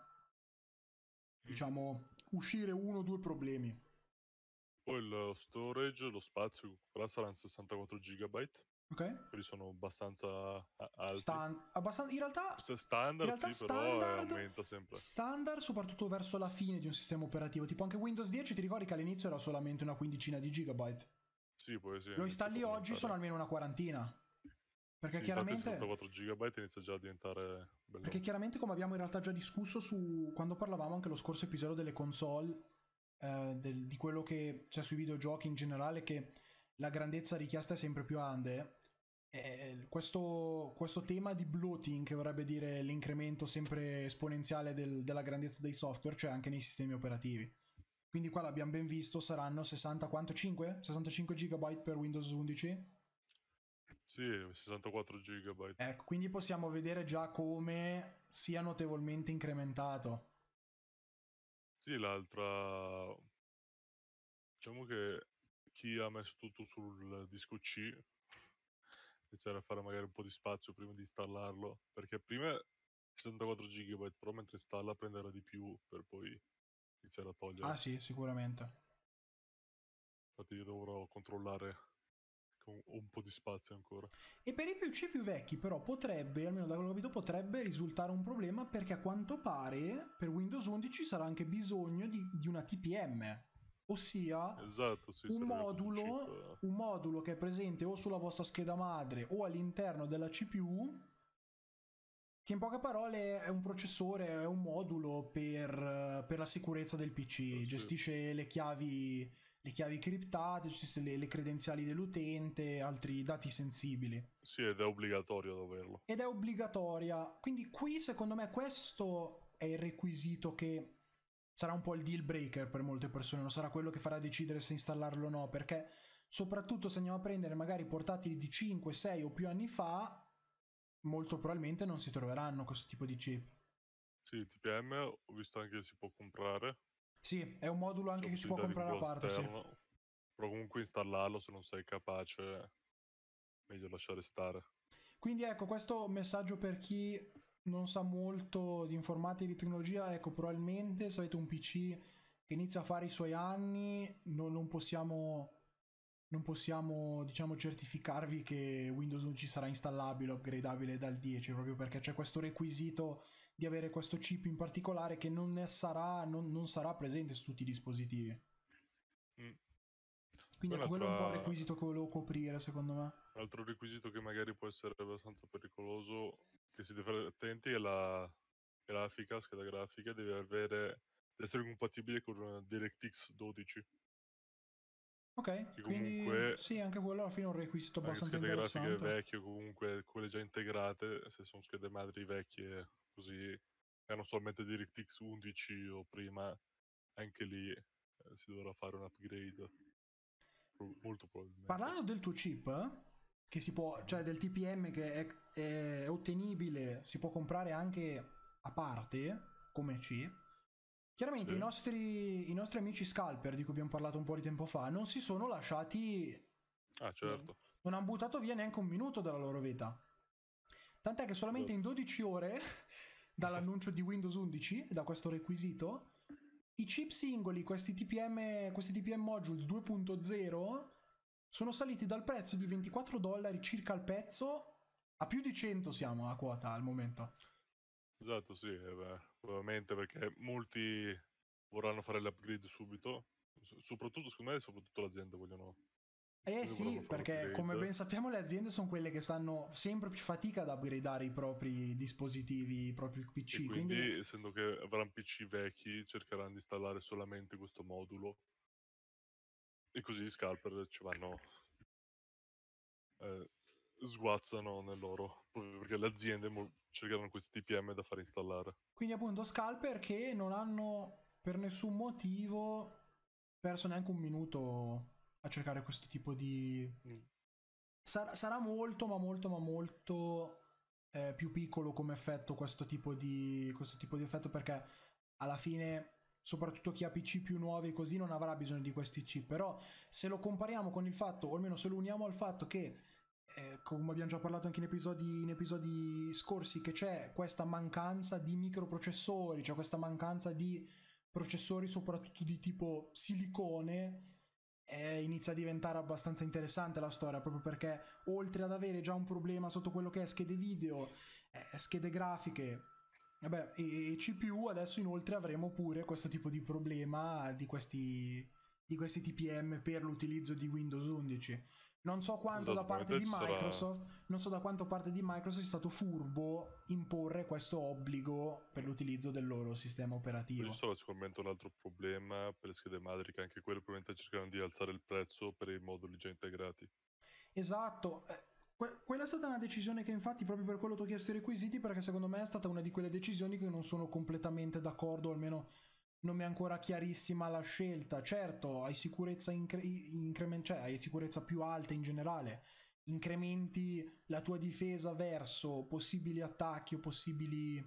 S2: Mm.
S1: diciamo, uscire uno o due problemi.
S2: Poi il storage, lo spazio, qua saranno sessantaquattro giga,
S1: Ok?
S2: quelli sono abbastanza a- alti.
S1: Sta abbastanza... In realtà...
S2: Se
S1: In
S2: standard
S1: realtà
S2: sì, però eh,
S1: standard,
S2: aumenta sempre.
S1: standard soprattutto verso la fine di un sistema operativo, tipo anche Windows dieci ti ricordi che all'inizio era solamente una quindicina di gigabyte.
S2: Sì, poi sì,
S1: Lo
S2: ha iniziato
S1: installi
S2: a
S1: oggi sono
S2: aumentare.
S1: almeno una quarantina. Perché
S2: Sì, infatti
S1: chiaramente,
S2: sessantaquattro giga inizia già a diventare
S1: perché
S2: bello.
S1: chiaramente come abbiamo in realtà già discusso su quando parlavamo anche lo scorso episodio delle console, eh, del- di quello che c'è sui videogiochi in generale, che la grandezza richiesta è sempre più grande. Eh, questo, questo tema di bloating, che vorrebbe dire l'incremento sempre esponenziale del- della grandezza dei software, c'è anche nei sistemi operativi. Quindi qua l'abbiamo ben visto, saranno sessanta, quanto? cinque? sessantacinque gigabyte per Windows undici?
S2: Sì, sessantaquattro giga.
S1: Ecco, quindi possiamo vedere già come sia notevolmente incrementato.
S2: Sì, l'altra... Diciamo che chi ha messo tutto sul disco C iniziare a fare magari un po' di spazio prima di installarlo, perché prima sessantaquattro giga, però mentre installa prenderà di più per poi iniziare a
S1: Ah
S2: togliere.
S1: sì, sicuramente.
S2: Infatti io dovrò controllare con un po' di spazio ancora.
S1: E per i P C più vecchi però potrebbe, almeno da quello che ho capito, potrebbe risultare un problema perché a quanto pare per Windows undici sarà anche bisogno di, di una T P M, ossia
S2: Esatto, sì,
S1: un
S2: serve questo chip.
S1: modulo, un modulo che è presente o sulla vostra scheda madre o all'interno della C P U, che in poche parole è un processore, è un modulo per, per la sicurezza del P C,
S2: eh, sì.
S1: gestisce le chiavi, le chiavi criptate, gestisce le, le credenziali dell'utente, altri dati sensibili.
S2: Sì, ed è obbligatorio ad averlo.
S1: Ed è obbligatoria, quindi qui secondo me questo è il requisito che sarà un po' il deal breaker per molte persone, non sarà quello che farà decidere se installarlo o no, perché soprattutto se andiamo a prendere magari portatili di cinque, sei o più anni fa, molto probabilmente non si troveranno questo tipo di chip.
S2: Sì, il T P M ho visto anche che si può comprare,
S1: Sì, è un modulo
S2: c'è
S1: anche
S2: la
S1: che si può
S2: possibilità di
S1: comprare a
S2: comprarlo
S1: parte, sì.
S2: esterno, però comunque installarlo se non sei capace meglio lasciare stare.
S1: Quindi ecco, questo messaggio per chi non sa molto di informatica e di tecnologia, ecco, probabilmente se avete un P C che inizia a fare i suoi anni, non, non possiamo, non possiamo, diciamo, certificarvi che Windows undici sarà installabile, upgradabile dal dieci, proprio perché c'è questo requisito di avere questo chip in particolare che non, ne sarà, non, non sarà presente su tutti i dispositivi.
S2: Mm.
S1: Quindi
S2: Poi
S1: ecco, quello è un po' il
S2: un'altra
S1: requisito che volevo coprire, secondo me.
S2: Un altro requisito che magari può essere abbastanza pericoloso, che si deve fare attenti, è la grafica, scheda grafica, deve avere, deve essere compatibile con DirectX dodici,
S1: Ok,
S2: che
S1: quindi
S2: comunque
S1: sì, anche quello alla fine è un requisito
S2: anche
S1: abbastanza
S2: schede grafiche
S1: interessante.
S2: vecchie, o comunque quelle già integrate, se sono schede madri vecchie, così hanno solamente DirectX undici o prima, anche lì eh, si dovrà fare un upgrade, pro- molto probabilmente.
S1: Parlando del tuo chip, che si può,
S2: Mhm.
S1: cioè del T P M che è, è ottenibile, si può comprare anche a parte, come chip. Chiaramente i
S2: Sì.
S1: nostri, i nostri amici scalper, di cui abbiamo parlato un po' di tempo fa, non si sono lasciati,
S2: Ah, certo.
S1: non hanno buttato via neanche un minuto della loro vita. Tant'è che solamente in dodici ore dall'annuncio di Windows undici, da questo requisito, i chip singoli, questi T P M, questi T P M modules due punto zero, sono saliti dal prezzo di ventiquattro dollari circa al pezzo a più di cento, siamo a quota al momento.
S2: Esatto, sì, eh beh, ovviamente perché molti vorranno fare l'upgrade subito, S- soprattutto, secondo me, soprattutto le aziende vogliono,
S1: Eh
S2: tutti vorranno
S1: sì,
S2: fare
S1: perché come
S2: l'upgrade.
S1: ben sappiamo le aziende sono quelle che stanno sempre più fatica ad upgradare i propri dispositivi, i propri
S2: E
S1: P C,
S2: quindi,
S1: quindi
S2: essendo che avranno P C vecchi, cercheranno di installare solamente questo modulo e così gli scalper ci vanno, eh, sguazzano nel loro, proprio perché le aziende mo- cercheranno questi T P M da far installare.
S1: Quindi appunto scalper che non hanno per nessun motivo perso neanche un minuto a cercare questo tipo di...
S2: Mm.
S1: Sarà, sarà molto ma molto ma molto eh, più piccolo come effetto questo tipo di questo tipo di effetto, perché alla fine soprattutto chi ha P C più nuovi così non avrà bisogno di questi chip. Però se lo compariamo con il fatto, o almeno se lo uniamo al fatto che eh, come abbiamo già parlato anche in episodi, in episodi scorsi, che c'è questa mancanza di microprocessori, c'è questa mancanza di processori soprattutto di tipo silicone, eh, inizia a diventare abbastanza interessante la storia, proprio perché oltre ad avere già un problema sotto quello che è schede video, eh, schede grafiche, vabbè, e, e C P U, adesso inoltre avremo pure questo tipo di problema di questi, di questi T P M per l'utilizzo di Windows undici. Non so quanto
S2: Esatto,
S1: da parte
S2: probabilmente
S1: di
S2: ci sarà.
S1: Microsoft, non so da quanto parte di Microsoft sia stato furbo imporre questo obbligo per l'utilizzo del loro sistema
S2: Poi ci
S1: operativo.
S2: sarà sicuramente un altro problema per le schede madri, che anche quelle probabilmente cercheranno di alzare il prezzo per i moduli già integrati.
S1: Esatto, eh, que- quella è stata una decisione che infatti proprio per quello ti ho chiesto i requisiti, perché secondo me è stata una di quelle decisioni che non sono completamente d'accordo, o almeno non mi è ancora chiarissima la scelta. Certo, hai sicurezza, incre- incremen- cioè, hai sicurezza più alta in generale, incrementi la tua difesa verso possibili attacchi o possibili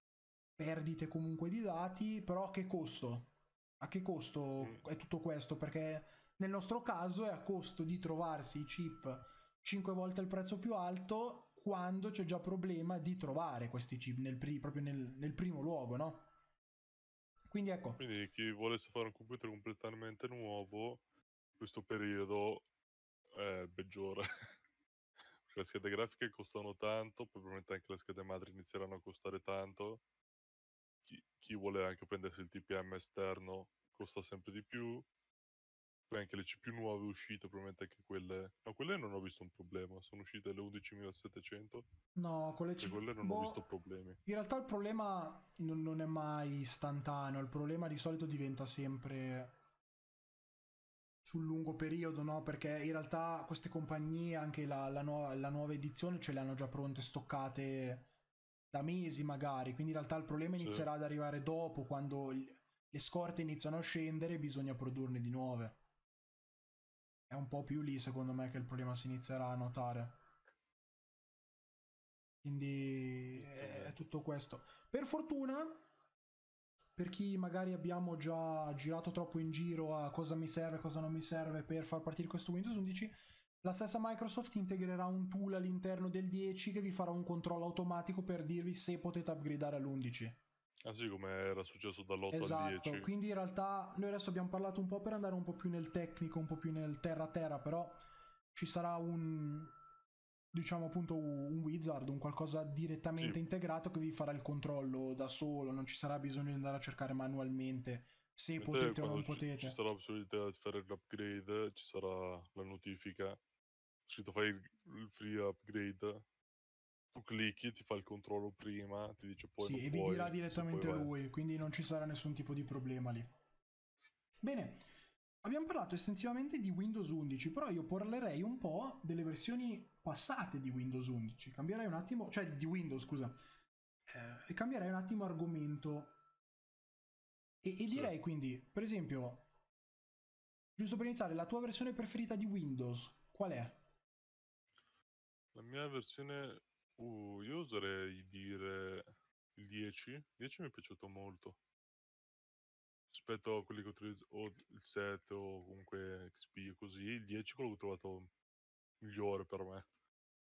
S1: perdite comunque di dati, però a che costo? A che
S2: Mm.
S1: costo è tutto questo? Perché nel nostro caso è a costo di trovarsi i chip cinque volte il prezzo più alto quando c'è già problema di trovare questi chip nel pri- proprio nel, nel primo luogo, no? Quindi ecco,
S2: Quindi chi volesse fare un computer completamente nuovo, in questo periodo è il peggiore. Perché le schede grafiche costano tanto, poi probabilmente anche le schede madri inizieranno a costare tanto. Chi, chi vuole anche prendersi il T P M esterno costa sempre di più. Poi anche le C P U nuove uscite, probabilmente anche quelle. No, quelle non ho visto un problema. Sono uscite le undicimilasettecento.
S1: no, con le
S2: E
S1: chip...
S2: quelle non ho visto
S1: Boh,
S2: problemi.
S1: in realtà il problema non, non è mai istantaneo, il problema di solito diventa sempre sul lungo periodo, no? Perché in realtà queste compagnie, anche la, la, nu- la nuova edizione, ce le hanno già pronte, stoccate da mesi magari, quindi in realtà il problema
S2: Sì.
S1: inizierà ad arrivare dopo, quando il- le scorte iniziano a scendere e bisogna produrne di nuove. È un po' più lì, secondo me, che il problema si inizierà a notare. Quindi è
S2: Esattamente.
S1: tutto questo. Per fortuna, per chi magari abbiamo già girato troppo in giro a cosa mi serve, cosa non mi serve per far partire questo Windows undici, la stessa Microsoft integrerà un tool all'interno del dieci che vi farà un controllo automatico per dirvi se potete upgradare all'undici.
S2: Ah sì, come era successo dall'otto al
S1: Esatto,
S2: dieci.
S1: quindi in realtà noi adesso abbiamo parlato un po' per andare un po' più nel tecnico, un po' più nel terra a terra, però ci sarà un, diciamo appunto un wizard, un qualcosa
S2: Sì,
S1: direttamente integrato che vi farà il controllo da solo, non ci sarà bisogno di andare a cercare manualmente se
S2: mentre
S1: potete o
S2: quando
S1: non
S2: ci, ci
S1: potete.
S2: sarà la possibilità di fare l'upgrade, ci sarà la notifica. Scritto fai il, il free upgrade. Tu clicchi, ti fa il controllo prima, ti dice puoi,
S1: Sì,
S2: non
S1: e vi dirà
S2: puoi, se puoi
S1: direttamente
S2: vai.
S1: lui, quindi non ci sarà nessun tipo di problema lì. Bene, abbiamo parlato estensivamente di Windows undici, però io parlerei un po' delle versioni passate di Windows undici. Cambierei un attimo, cioè di Windows, scusa, eh, e cambierei un attimo argomento. E, e
S2: Sì.
S1: direi quindi, per esempio, giusto per iniziare, la tua versione preferita di Windows, qual è?
S2: La mia versione, uh, io oserei dire il dieci. Il dieci mi è piaciuto molto. Rispetto a quelli che utilizzo, o il sette o comunque X P e così, il dieci è quello che ho trovato migliore per me.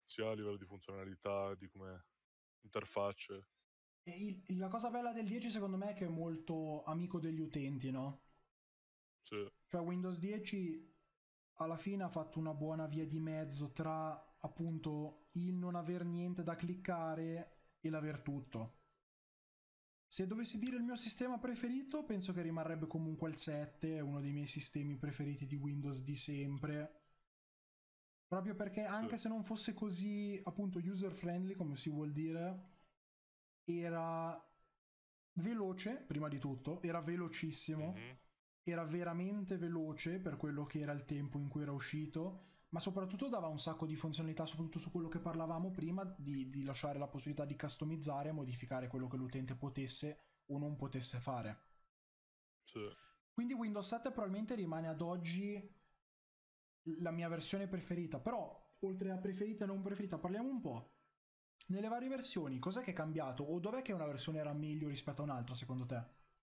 S2: sia a livello di funzionalità, di come interfacce.
S1: E il- la cosa bella del dieci secondo me è che è molto amico degli utenti, no?
S2: Sì,
S1: Cioè Windows dieci alla fine ha fatto una buona via di mezzo tra appunto il non aver niente da cliccare e l'aver tutto. Se dovessi dire il mio sistema preferito, penso che rimarrebbe comunque il sette, è uno dei miei sistemi preferiti di Windows di sempre. Proprio perché anche
S2: sì.
S1: se non fosse così appunto user friendly, come si vuol dire, era veloce, prima di tutto, era velocissimo,
S2: Mhm.
S1: era veramente veloce per quello che era il tempo in cui era uscito, ma soprattutto dava un sacco di funzionalità, soprattutto su quello che parlavamo prima, di, di lasciare la possibilità di customizzare e modificare quello che l'utente potesse o non potesse fare.
S2: Sì.
S1: Quindi Windows sette probabilmente rimane ad oggi la mia versione preferita, però oltre a preferita e non preferita, parliamo un po'. Nelle varie versioni, cos'è che è cambiato? O dov'è che una versione era meglio rispetto a un'altra, secondo te?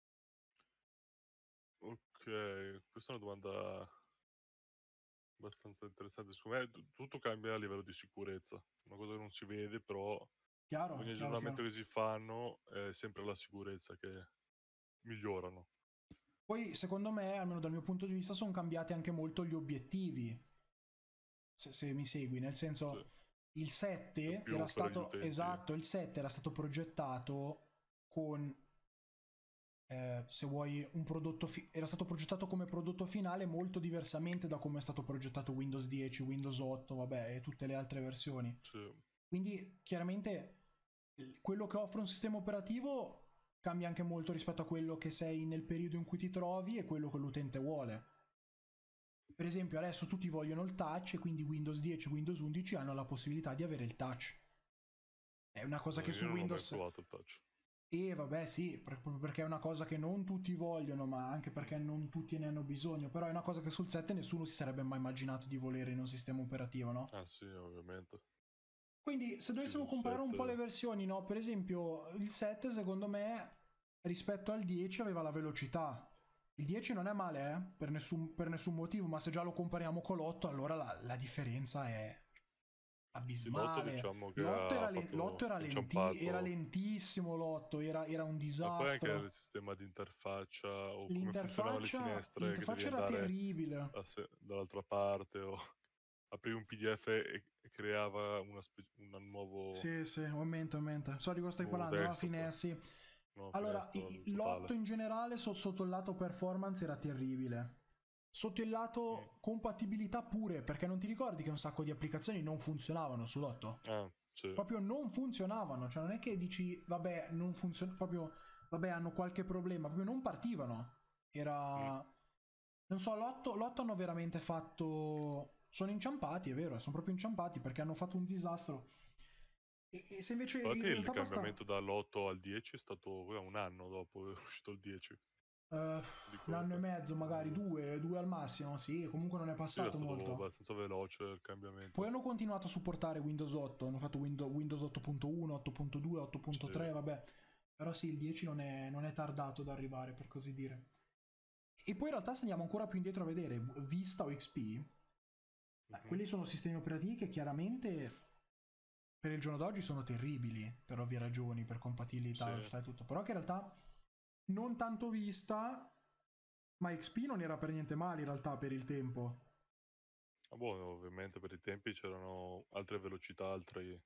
S2: Ok, questa è una domanda abbastanza interessante. Secondo me t- tutto cambia a livello di sicurezza. Una cosa che non si vede, però
S1: Chiaro,
S2: ogni
S1: chiaro,
S2: aggiornamento
S1: chiaro.
S2: che si fanno è sempre la sicurezza che migliorano.
S1: Poi, secondo me, almeno dal mio punto di vista, sono cambiati anche molto gli obiettivi, se, se mi segui, nel
S2: Sì.
S1: senso, il
S2: In
S1: sette era
S2: più per gli
S1: stato,
S2: utenti.
S1: esatto, il sette era stato progettato con, eh, se vuoi, un prodotto, fi- era stato progettato come prodotto finale molto diversamente da come è stato progettato Windows dieci, Windows otto, vabbè, e tutte le altre versioni.
S2: Sì.
S1: Quindi, chiaramente, quello che offre un sistema operativo cambia anche molto rispetto a quello che sei nel periodo in cui ti trovi e quello che l'utente vuole. Per esempio, adesso tutti vogliono il touch e quindi Windows dieci, Windows undici hanno la possibilità di avere il touch. È una cosa
S2: No,
S1: che su
S2: io non ho mai
S1: Windows...
S2: provato il touch.
S1: E vabbè sì, proprio perché è una cosa che non tutti vogliono, ma anche
S2: Mm.
S1: perché non tutti ne hanno bisogno, però è una cosa che sul sette nessuno si sarebbe mai immaginato di volere in un sistema operativo, no?
S2: Ah sì, ovviamente.
S1: Quindi se
S2: Sì,
S1: dovessimo
S2: sul
S1: comparare un po' le
S2: sette.
S1: versioni, no? Per esempio il sette secondo me rispetto al dieci aveva la velocità. Il dieci non è male, eh? Per nessun, per nessun motivo, ma se già lo compariamo con l'otto allora la, la differenza è
S2: Sì, l'otto
S1: abismale.
S2: diciamo che
S1: L'otto
S2: ha
S1: era, le- l'otto
S2: fatto
S1: era, lenti- era
S2: inciampato.
S1: lentissimo, l'otto era, era un
S2: Ma poi anche il
S1: disastro.
S2: sistema di interfaccia o come funzionavano le
S1: L'interfaccia,
S2: finestre, che devi
S1: l'interfaccia era
S2: andare
S1: terribile.
S2: a se- dall'altra parte o aprivi un P D F e, e creava una spe- un nuovo,
S1: Sì, sì, un momento, un momento. So di cosa stai
S2: nuovo
S1: parlando, no?
S2: desktop,
S1: Finessi.
S2: nuova
S1: Allora,
S2: finestra
S1: i-
S2: al
S1: l'otto
S2: totale.
S1: in generale so- sotto il lato performance era terribile. Sotto il
S2: Mm.
S1: lato compatibilità pure, perché non ti ricordi che un sacco di applicazioni non funzionavano sull'otto?
S2: Ah, sì.
S1: Proprio non funzionavano, cioè non è che dici, vabbè, non funziona, proprio, vabbè, hanno qualche problema, proprio non partivano.
S2: Mm.
S1: Era... Non so, l'otto, l'otto hanno veramente fatto... Sono inciampati, è vero, sono proprio inciampati perché hanno fatto un disastro. E, e se invece in
S2: Infatti il
S1: realtà basta...
S2: cambiamento dall'otto al dieci è stato cos'è, un anno dopo che è uscito il dieci
S1: Uh,
S2: di
S1: un anno e
S2: conto.
S1: mezzo, magari
S2: Mm.
S1: due, due al massimo, sì, comunque non è
S2: Sì, è
S1: passato
S2: stato
S1: molto.
S2: abbastanza veloce il
S1: Poi
S2: cambiamento.
S1: hanno continuato a supportare Windows otto, hanno fatto Windows, Windows otto punto uno, otto punto due,
S2: Sì.
S1: otto punto tre, vabbè. Però sì, il dieci non è, non è tardato ad arrivare, per così dire. E poi in realtà se andiamo ancora più indietro a vedere Vista o X P, eh,
S2: Mhm.
S1: quelli sono sistemi operativi che chiaramente per il giorno d'oggi sono terribili, per ovvie ragioni, per compatibilità,
S2: Sì.
S1: velocità e tutto. Però che in realtà non tanto Vista, ma X P non era per niente male in realtà per il tempo.
S2: Ah, boh, ovviamente per i tempi c'erano altre velocità, altri,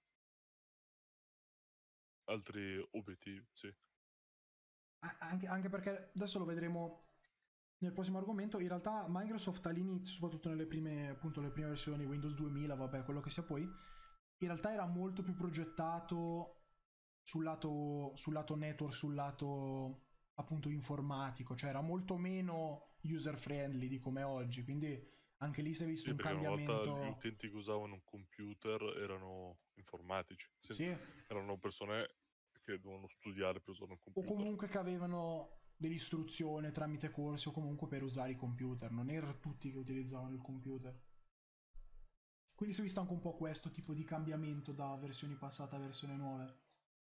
S2: altri obiettivi, sì.
S1: Anche, anche perché adesso lo vedremo nel prossimo argomento. In realtà Microsoft all'inizio, soprattutto nelle prime, appunto, le prime versioni Windows duemila, vabbè, quello che sia poi, in realtà era molto più progettato sul lato, sul lato network, sul lato appunto informatico, cioè era molto meno user friendly di come è oggi, quindi anche lì si è visto
S2: Sì,
S1: un
S2: perché una volta gli
S1: cambiamento.
S2: utenti che usavano un computer erano informatici, sì,
S1: Sì,
S2: erano persone che dovevano studiare per usare un
S1: o
S2: computer.
S1: comunque che avevano dell'istruzione tramite corsi o comunque per usare i computer, non erano tutti che utilizzavano il computer. Quindi si è visto anche un po' questo tipo di cambiamento da versioni passate a versioni nuove.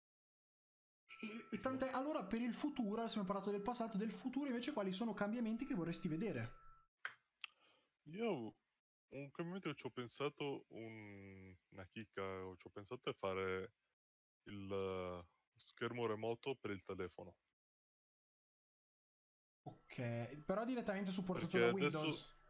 S1: E, e
S2: Mhm.
S1: tant'è, allora per il futuro, adesso abbiamo parlato del passato, del futuro invece quali sono cambiamenti che vorresti vedere?
S2: Io un cambiamento che ci ho pensato, un- una chicca che ci ho pensato è fare il eh, schermo remoto per il telefono.
S1: Ok, però direttamente supportato
S2: Perché
S1: da
S2: adesso
S1: Windows.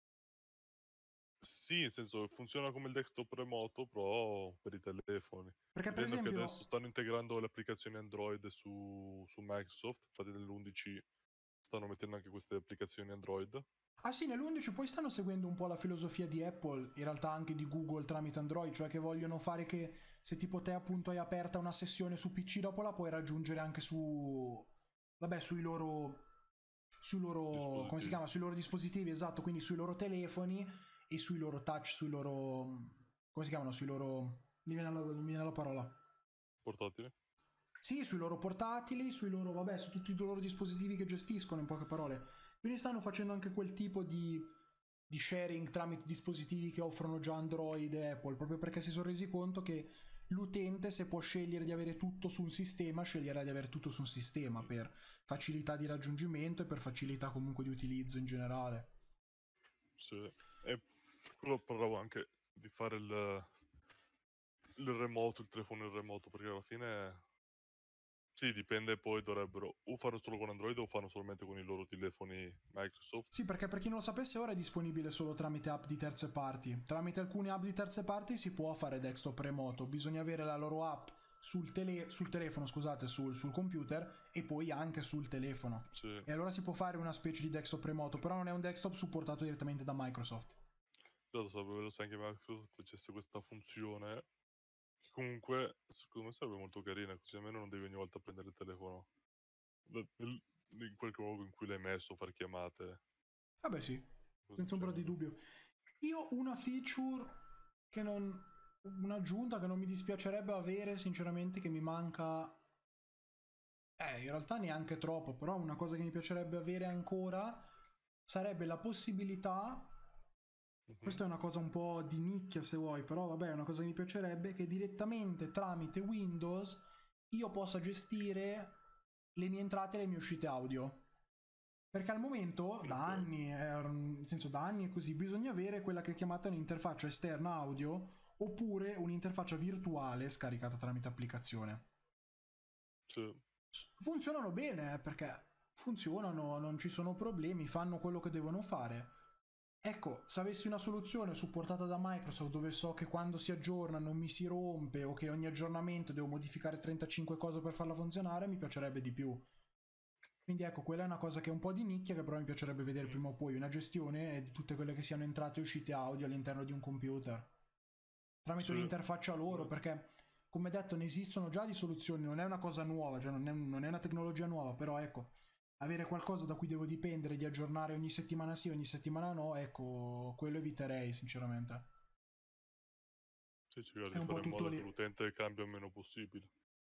S2: sì, nel senso che funziona come il desktop remoto, però per i telefoni.
S1: Perché per
S2: Vedendo che adesso
S1: esempio...
S2: stanno integrando le applicazioni Android su, su Microsoft, infatti nell'undici stanno mettendo anche queste applicazioni Android.
S1: Ah sì, nell'undici poi stanno seguendo un po' la filosofia di Apple, in realtà anche di Google tramite Android, cioè che vogliono fare che se tipo te appunto hai aperta una sessione su P C, dopo la puoi raggiungere anche su... vabbè, sui loro... sui loro... come si
S2: Dispositivi
S1: chiama? Sui loro dispositivi, esatto, quindi sui loro telefoni e sui loro touch, sui loro... come si chiamano? Sui loro... mi viene la, mi viene la parola.
S2: portatili.
S1: Sì, sui loro portatili, sui loro, vabbè, su tutti i loro dispositivi che gestiscono, in poche parole. Quindi stanno facendo anche quel tipo di, di sharing tramite dispositivi che offrono già Android e Apple, proprio perché si sono resi conto che l'utente, se può scegliere di avere tutto su un sistema, sceglierà di avere tutto su un sistema per facilità di raggiungimento e per facilità comunque di utilizzo in generale.
S2: Sì. E quello parlavo anche di fare il, il remoto, il telefono in remoto, perché alla fine sì, dipende, poi dovrebbero o farlo solo con Android o farlo solamente con i loro telefoni Microsoft.
S1: Sì, perché per chi non lo sapesse ora è disponibile solo tramite app di terze parti. Tramite alcune app di terze parti si può fare desktop remoto, bisogna avere la loro app sul, tele- sul telefono, scusate, sul, sul computer e poi anche sul telefono.
S2: Sì,
S1: E allora si può fare una specie di desktop remoto, però non è un desktop supportato direttamente da Microsoft.
S2: già lo sapevo se anche Microsoft facesse questa funzione, che comunque secondo me sarebbe molto carina, così almeno non devi ogni volta prendere il telefono da- nel- in quel luogo in cui l'hai messo, fare chiamate,
S1: Vabbè sì,
S2: cose del
S1: senza ombra di
S2: genere.
S1: dubbio. Io una feature che non... un'aggiunta che non mi dispiacerebbe avere, sinceramente, che mi manca. Eh, in realtà neanche troppo, però una cosa che mi piacerebbe avere ancora sarebbe la possibilità,
S2: Mhm.
S1: questa è una cosa un po' di nicchia se vuoi, però vabbè, è una cosa che mi piacerebbe che direttamente tramite Windows io possa gestire le mie entrate e le mie uscite audio. Perché al momento, da
S2: Ok,
S1: anni, eh, nel senso da anni è così, bisogna avere quella che è chiamata un'interfaccia esterna audio oppure un'interfaccia virtuale scaricata tramite applicazione.
S2: sì,
S1: Funzionano bene, eh, perché funzionano, non ci sono problemi, fanno quello che devono fare. Ecco, se avessi una soluzione supportata da Microsoft dove so che quando si aggiorna non mi si rompe o che ogni aggiornamento devo modificare trentacinque cose per farla funzionare, mi piacerebbe di più. Quindi ecco, quella è una cosa che è un po' di nicchia che però mi piacerebbe vedere
S2: mm,
S1: prima o poi, una gestione di tutte quelle che siano entrate e uscite audio all'interno di un computer tramite
S2: sì,
S1: un'interfaccia loro,
S2: come-
S1: perché come detto ne esistono già di soluzioni, non è una cosa nuova, cioè non è, non è una tecnologia nuova, però ecco, avere qualcosa da cui devo dipendere di aggiornare ogni settimana sì, ogni settimana no, ecco, quello eviterei sinceramente.
S2: sì, cercare
S1: È
S2: di
S1: un po'
S2: fare in
S1: tutto
S2: modo che
S1: lì.
S2: l'utente cambia il meno possibile.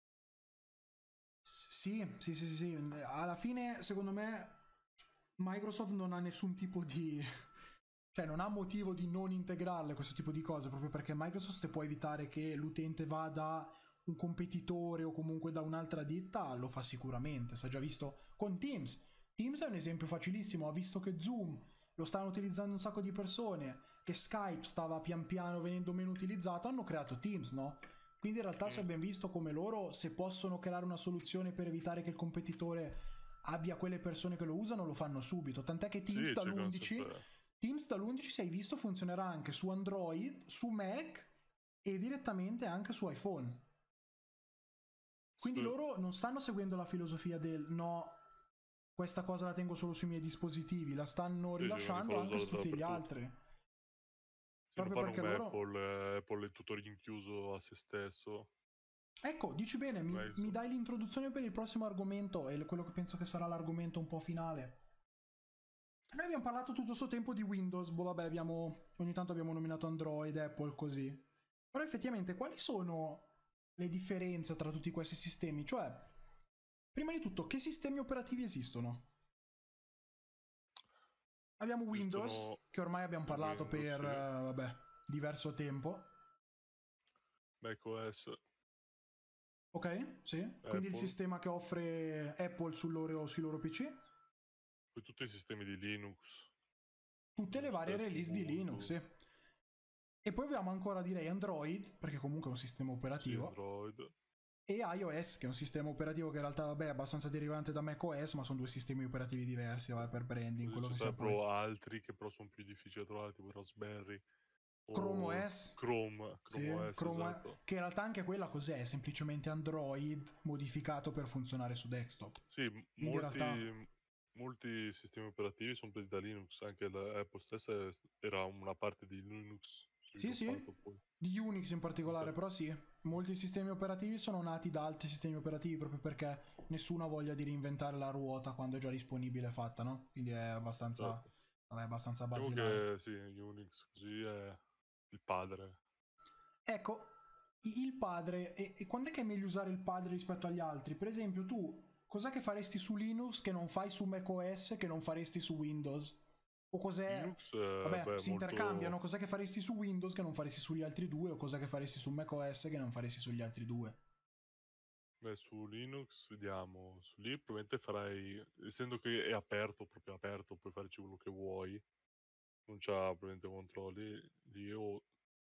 S1: Sì, sì, sì, sì, sì. Alla fine, secondo me, Microsoft non ha nessun tipo di... cioè non ha motivo di non integrarle questo tipo di cose, proprio perché Microsoft se può evitare che l'utente vada da un competitore o comunque da un'altra ditta, lo fa sicuramente. Si è già visto con Teams. Teams è un esempio facilissimo, ha visto che Zoom lo stanno utilizzando un sacco di persone, che Skype stava pian piano venendo meno utilizzato, hanno creato Teams, no? Quindi in realtà si è
S2: Mm,
S1: ben visto come loro, se possono creare una soluzione per evitare che il competitore abbia quelle persone che lo usano, lo fanno subito. Tant'è che Teams
S2: sì, cercano
S1: dall'undici,
S2: sempre...
S1: Teams dall'undici, se hai visto, funzionerà anche su Android, su Mac e direttamente anche su iPhone. Quindi
S2: Sì,
S1: loro non stanno seguendo la filosofia del no, questa cosa la tengo solo sui miei dispositivi, la stanno
S2: sì, cercano di
S1: rilasciando
S2: farlo
S1: anche su
S2: usare
S1: tutti gli
S2: dappertutto.
S1: altri.
S2: Sì, non
S1: Proprio
S2: fanno
S1: perché
S2: come
S1: loro...
S2: Apple, eh, Apple è tutto rinchiuso a se stesso.
S1: Ecco, dici bene, mi, mi
S2: Microsoft.
S1: dai l'introduzione per il prossimo argomento e quello che penso che sarà l'argomento un po' finale. Noi abbiamo parlato tutto questo tempo di Windows, boh vabbè, abbiamo, ogni tanto abbiamo nominato Android, Apple, così. Però effettivamente quali sono le differenze tra tutti questi sistemi? Cioè, prima di tutto, che sistemi operativi esistono? Abbiamo Windows,
S2: Esistono
S1: che ormai abbiamo parlato
S2: Windows,
S1: per,
S2: sì,
S1: eh, vabbè, diverso tempo.
S2: macOS,
S1: Ok, sì. Quindi il
S2: Apple,
S1: sistema che offre Apple sul loro, sui loro P C.
S2: poi tutti i sistemi di Linux.
S1: tutte le varie release di Linux, sì. E poi abbiamo ancora, direi, Android, perché comunque è un sistema operativo.
S2: Sì, Android.
S1: E iOS, che è un sistema operativo che in realtà, vabbè, è abbastanza derivante da macOS, ma sono due sistemi operativi diversi, vabbè, per branding, quello
S2: Ci
S1: che sia
S2: sarebbero
S1: poi.
S2: altri che però sono più difficili da trovare, tipo Raspberry o
S1: Chrome O S.
S2: Chrome, Chrome
S1: Sì,
S2: O S,
S1: Chrome O S,
S2: esatto.
S1: che in realtà anche quella cos'è? È semplicemente Android modificato per funzionare su desktop.
S2: Sì,
S1: Quindi
S2: molti,
S1: in realtà...
S2: molti sistemi operativi sono presi da Linux, anche l'Apple stessa era una parte di Linux
S1: Sì, sì,
S2: poi.
S1: di Unix in particolare,
S2: Inter-
S1: però sì, molti sistemi operativi sono nati da altri sistemi operativi proprio perché nessuno ha voglia di reinventare la ruota quando è già disponibile e fatta, no? Quindi è abbastanza,
S2: Esatto.
S1: vabbè, abbastanza
S2: Diciamo
S1: basilare.
S2: che sì, Unix così è il padre.
S1: Ecco, i- il padre, e, e quando è che è meglio usare il padre rispetto agli altri? Per esempio, tu, cos'è che faresti su Linux che non fai su macOS, che non faresti su Windows? O cos'è...
S2: Linux, eh,
S1: Vabbè,
S2: beh,
S1: si
S2: molto...
S1: intercambiano, cos'è che faresti su Windows che non faresti sugli altri due, o cos'è che faresti su macOS che non faresti sugli altri due?
S2: Beh, su Linux, vediamo, su lì probabilmente farai, essendo che è aperto, proprio aperto, puoi farci quello che vuoi, non c'ha probabilmente controlli, lì o,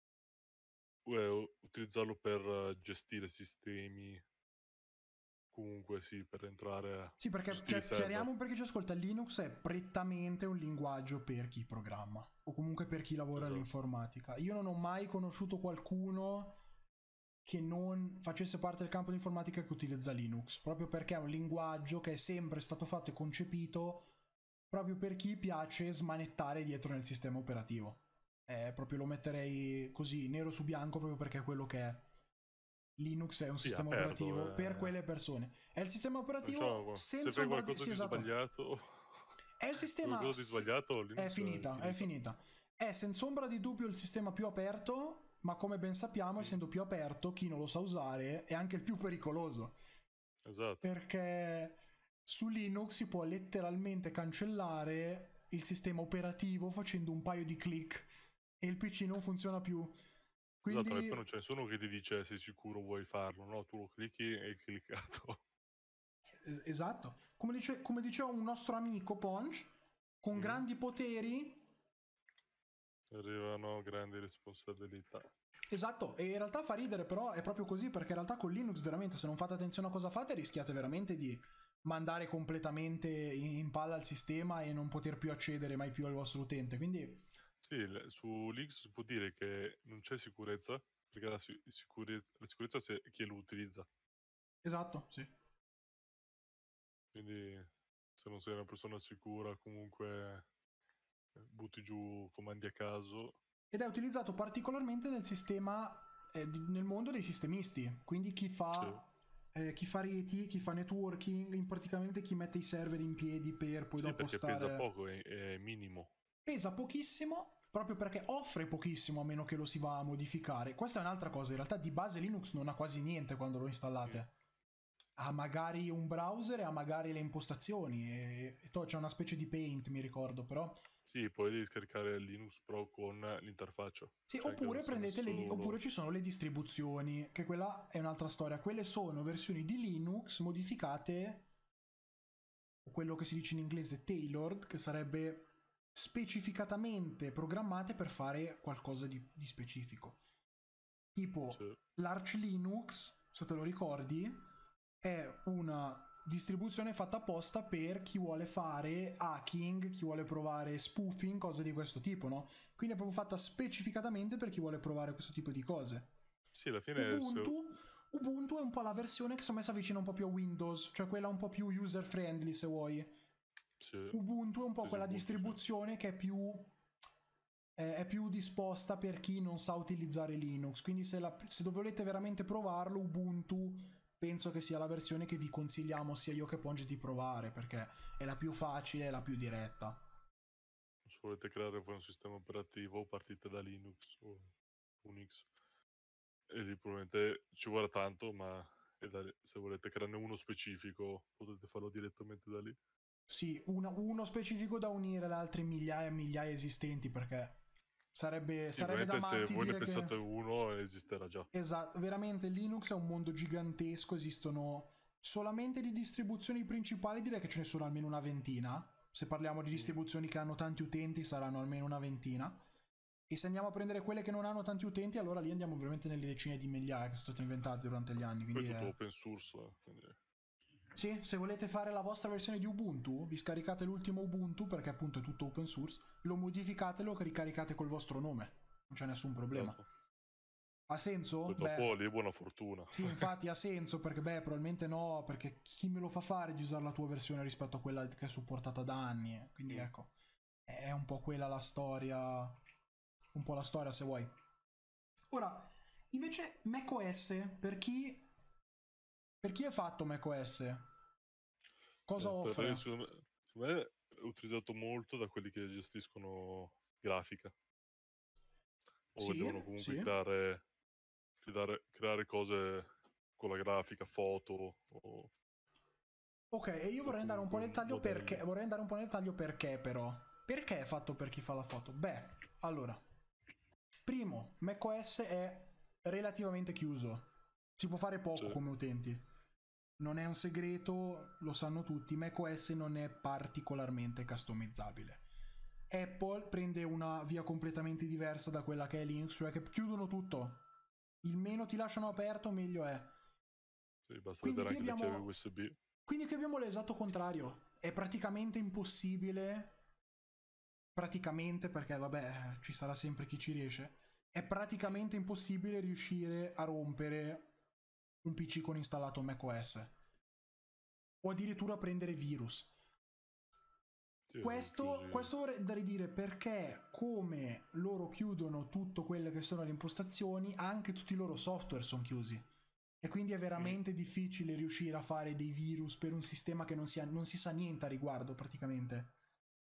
S2: o utilizzarlo per eh, gestire sistemi, comunque sì, per entrare a
S1: Sì, perché
S2: gestire i
S1: chiar-
S2: server.
S1: chiariamo perché ci ascolta, Linux è prettamente un linguaggio per chi programma, o comunque per chi lavora
S2: Esatto.
S1: nell'informatica. Io non ho mai conosciuto qualcuno che non facesse parte del campo di informatica che utilizza Linux, proprio perché è un linguaggio che è sempre stato fatto e concepito proprio per chi piace smanettare dietro nel sistema operativo. Eh, proprio lo metterei così nero su bianco proprio perché è quello che è. Linux è un
S2: Sì,
S1: sistema
S2: aperto.
S1: operativo per
S2: Eh.
S1: quelle persone. È il sistema operativo
S2: Diciamo, se
S1: senza
S2: fai
S1: ombra di...
S2: qualcosa
S1: Sì,
S2: di
S1: esatto.
S2: sbagliato,
S1: È il sistema...
S2: qualcosa di sbagliato,
S1: È
S2: Linux è
S1: finita, è
S2: finito.
S1: finita. È senza ombra di dubbio il sistema più aperto, ma come ben sappiamo,
S2: Mm.
S1: essendo più aperto, chi non lo sa usare è anche il più pericoloso.
S2: Esatto.
S1: Perché su Linux si può letteralmente cancellare il sistema operativo facendo un paio di click e il P C non funziona più.
S2: Esatto, e
S1: Quindi,
S2: poi non c'è nessuno che ti dice sei sicuro vuoi farlo, no? Tu lo clicchi e hai cliccato.
S1: es- esatto, come, dice, come diceva un nostro amico Ponch, con
S2: Mm.
S1: grandi poteri...
S2: Arrivano grandi responsabilità.
S1: Esatto, e in realtà fa ridere, però è proprio così, perché in realtà con Linux veramente se non fate attenzione a cosa fate rischiate veramente di mandare completamente in palla il sistema e non poter più accedere mai più al vostro utente, quindi...
S2: Sì, l- su Linux si può dire che non c'è sicurezza, perché la, si- sicurezza, la sicurezza è chi lo utilizza.
S1: Esatto, sì.
S2: Quindi se non sei una persona sicura, comunque eh, butti giù comandi a caso.
S1: Ed è utilizzato particolarmente nel sistema, eh, di- nel mondo dei sistemisti, quindi chi
S2: Sì,
S1: fa, eh, chi fa reti, chi fa networking, in praticamente chi mette i server in piedi per poi
S2: sì,
S1: dopo
S2: perché pesa
S1: stare...
S2: poco, è, è minimo.
S1: Pesa pochissimo, proprio perché offre pochissimo a meno che lo si va a modificare. Questa è un'altra cosa, in realtà di base Linux non ha quasi niente quando lo
S2: Mm.
S1: installate. Ha magari un browser e ha magari le impostazioni e, e to, c'è una specie di paint, mi ricordo, però...
S2: Sì, poi devi scaricare Linux Pro con l'interfaccia.
S1: Sì,
S2: C'è anche la
S1: oppure
S2: versione
S1: prendete le di-
S2: solo...
S1: oppure ci sono le distribuzioni, che quella è un'altra storia. Quelle sono versioni di Linux modificate, quello che si dice in inglese tailored, che sarebbe specificatamente programmate per fare qualcosa di, di specifico. Tipo
S2: Sì.
S1: l'Arch Linux, se te lo ricordi, è una distribuzione fatta apposta per chi vuole fare hacking, chi vuole provare spoofing, cose di questo tipo, no? Quindi è proprio fatta specificatamente per chi vuole provare questo tipo di cose.
S2: Sì, alla fine... Se...
S1: Ubuntu, Ubuntu è un po' la versione che secondo me si avvicina un po' più a Windows, cioè quella un po' più user friendly se vuoi.
S2: Sì.
S1: Ubuntu è un po'
S2: Sì,
S1: quella
S2: Ubuntu, sì.
S1: distribuzione che è più è più disposta per chi non sa utilizzare Linux, quindi se, la, se volete veramente provarlo, Ubuntu penso che sia la versione che vi consigliamo sia io che Ponge di provare, perché è la più facile e la più diretta.
S2: Se volete creare voi un sistema operativo, partite da Linux o Unix. E lì probabilmente ci vorrà tanto, ma è da lì. Se volete crearne uno specifico, potete farlo direttamente da lì.
S1: Sì, una, uno specifico da unire alle altre migliaia e migliaia esistenti, perché sarebbe,
S2: Sì,
S1: sarebbe da
S2: probabilmente se
S1: matti
S2: voi ne
S1: dire
S2: pensate
S1: che...
S2: uno, esisterà già.
S1: Esatto, veramente Linux è un mondo gigantesco, esistono solamente di distribuzioni principali, direi che ce ne sono almeno una ventina, Se parliamo di distribuzioni che hanno tanti utenti saranno almeno una ventina. E se andiamo a prendere quelle che non hanno tanti utenti, allora lì andiamo ovviamente nelle decine di migliaia che sono state inventate durante gli anni.
S2: Poi
S1: Quindi
S2: è tutto
S1: è...
S2: open source. Quindi...
S1: Sì, se volete fare la vostra versione di Ubuntu, vi scaricate l'ultimo Ubuntu, perché appunto è tutto open source, lo modificate e lo ricaricate col vostro nome. Non c'è nessun problema.
S2: Esatto.
S1: Ha senso?
S2: Poi
S1: Beh,
S2: dopo lì è buona fortuna.
S1: sì, infatti ha senso, perché beh, probabilmente no, perché chi me lo fa fare di usare la tua versione rispetto a quella che è supportata da anni? Quindi
S2: Mm.
S1: ecco, è un po' quella la storia, un po' la storia se vuoi. Ora, invece macOS, per chi per chi è fatto macOS? Cosa
S2: Eh, per,
S1: offre?
S2: secondo me, secondo me è utilizzato molto da quelli che gestiscono grafica. O
S1: Sì,
S2: devono comunque
S1: sì.
S2: creare, creare, creare cose con la grafica, foto o,
S1: Ok, e io
S2: o
S1: vorrei andare un po'
S2: comunque
S1: nel taglio
S2: modelli.
S1: perché vorrei andare un po' nel taglio perché però. Perché è fatto per chi fa la foto? Beh, allora, primo, macOS è relativamente chiuso. Si può fare poco
S2: Cioè,
S1: come utenti. Non è un segreto, lo sanno tutti, macOS non è particolarmente customizzabile. Apple prende una via completamente diversa da quella che è Linux, cioè che chiudono tutto. Il meno ti lasciano aperto, meglio è.
S2: sì, basta
S1: Quindi
S2: vedere
S1: qui
S2: anche le chiavi
S1: abbiamo,
S2: U S B.
S1: quindi qui abbiamo l'esatto contrario. È praticamente impossibile, praticamente perché vabbè ci sarà sempre chi ci riesce, è praticamente impossibile riuscire a rompere un P C con installato macOS. O addirittura prendere virus.
S2: Sì,
S1: Questo,
S2: chiusi.
S1: questo vorrei dire perché come loro chiudono tutto quelle che sono le impostazioni, anche tutti i loro software sono chiusi. E quindi è
S2: Mm.
S1: veramente difficile riuscire a fare dei virus per un sistema che non si, ha, non si sa niente a riguardo praticamente.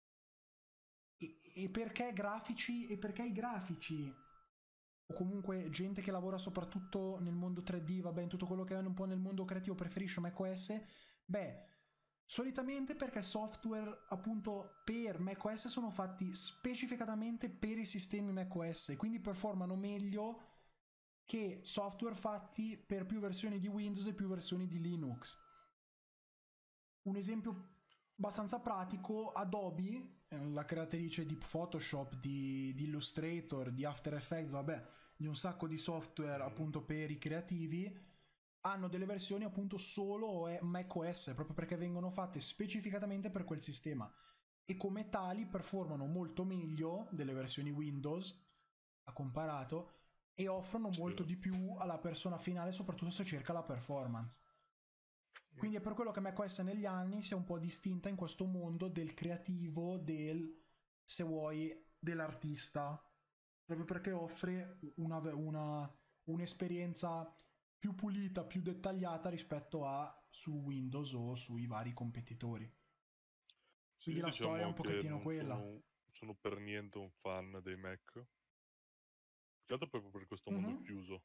S1: E, e perché grafici? E perché i grafici? O comunque gente che lavora soprattutto nel mondo tre D, vabbè, in tutto quello che è un po' nel mondo creativo preferisce macOS? Beh, solitamente perché software appunto per macOS sono fatti specificatamente per i sistemi macOS, quindi performano meglio che software fatti per più versioni di Windows e più versioni di Linux. Un esempio abbastanza pratico, Adobe, la creatrice di Photoshop, di, di Illustrator, di After Effects, vabbè, di un sacco di software
S2: Mm.
S1: appunto per i creativi, hanno delle versioni appunto solo macOS, proprio perché vengono fatte specificatamente per quel sistema e come tali performano molto meglio delle versioni Windows a comparato e offrono
S2: Sì.
S1: molto di più alla persona finale, soprattutto se cerca la performance. Quindi è per quello che macOS negli anni si è un po' distinta in questo mondo del creativo, del, se vuoi, dell'artista, proprio perché offre una, una, un'esperienza più pulita, più dettagliata rispetto a su Windows o sui vari competitori.
S2: Sì,
S1: Quindi la storia è un
S2: diciamo che
S1: pochettino
S2: non
S1: quella.
S2: sono, sono per niente un fan dei Mac. Più che altro proprio per questo mondo
S1: Mm-hmm.
S2: chiuso.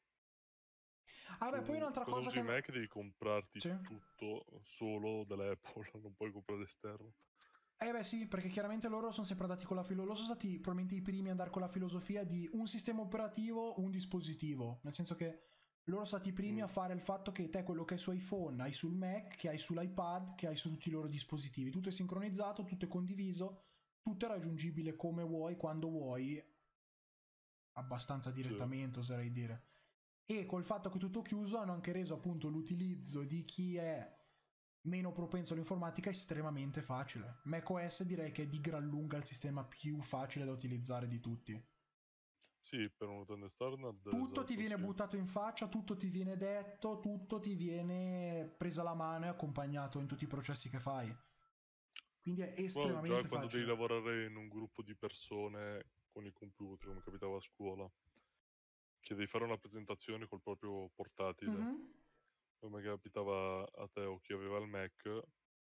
S1: Ah beh, poi
S2: Tu,
S1: un'altra
S2: quando
S1: cosa
S2: usi
S1: che...
S2: Mac devi comprarti
S1: Sì.
S2: tutto solo dall'Apple, non puoi comprare esterno.
S1: Eh beh sì, perché chiaramente loro sono sempre andati con la filosofia, loro sono stati probabilmente i primi ad andare con la filosofia di un sistema operativo, un dispositivo, nel senso che loro sono stati i primi
S2: Mm.
S1: a fare il fatto che te quello che hai su iPhone hai sul Mac, che hai sull'iPad, che hai su tutti i loro dispositivi, tutto è sincronizzato, tutto è condiviso, tutto è raggiungibile come vuoi, quando vuoi, abbastanza
S2: Sì.
S1: direttamente oserei dire. E col fatto che tutto chiuso hanno anche reso appunto l'utilizzo di chi è meno propenso all'informatica estremamente facile. macOS direi che è di gran lunga il sistema più facile da utilizzare di tutti.
S2: Sì, per un utente standard,
S1: Tutto ti
S2: esatto,
S1: viene
S2: sì.
S1: buttato in faccia, tutto ti viene detto, tutto ti viene presa la mano e accompagnato in tutti i processi che fai. Quindi è
S2: Però già
S1: estremamente
S2: quando devi
S1: facile.
S2: lavorare in un gruppo di persone con i computer, come capitava a scuola, che devi fare una presentazione col proprio portatile,
S1: Mm-hmm.
S2: come capitava a te o chi aveva il Mac,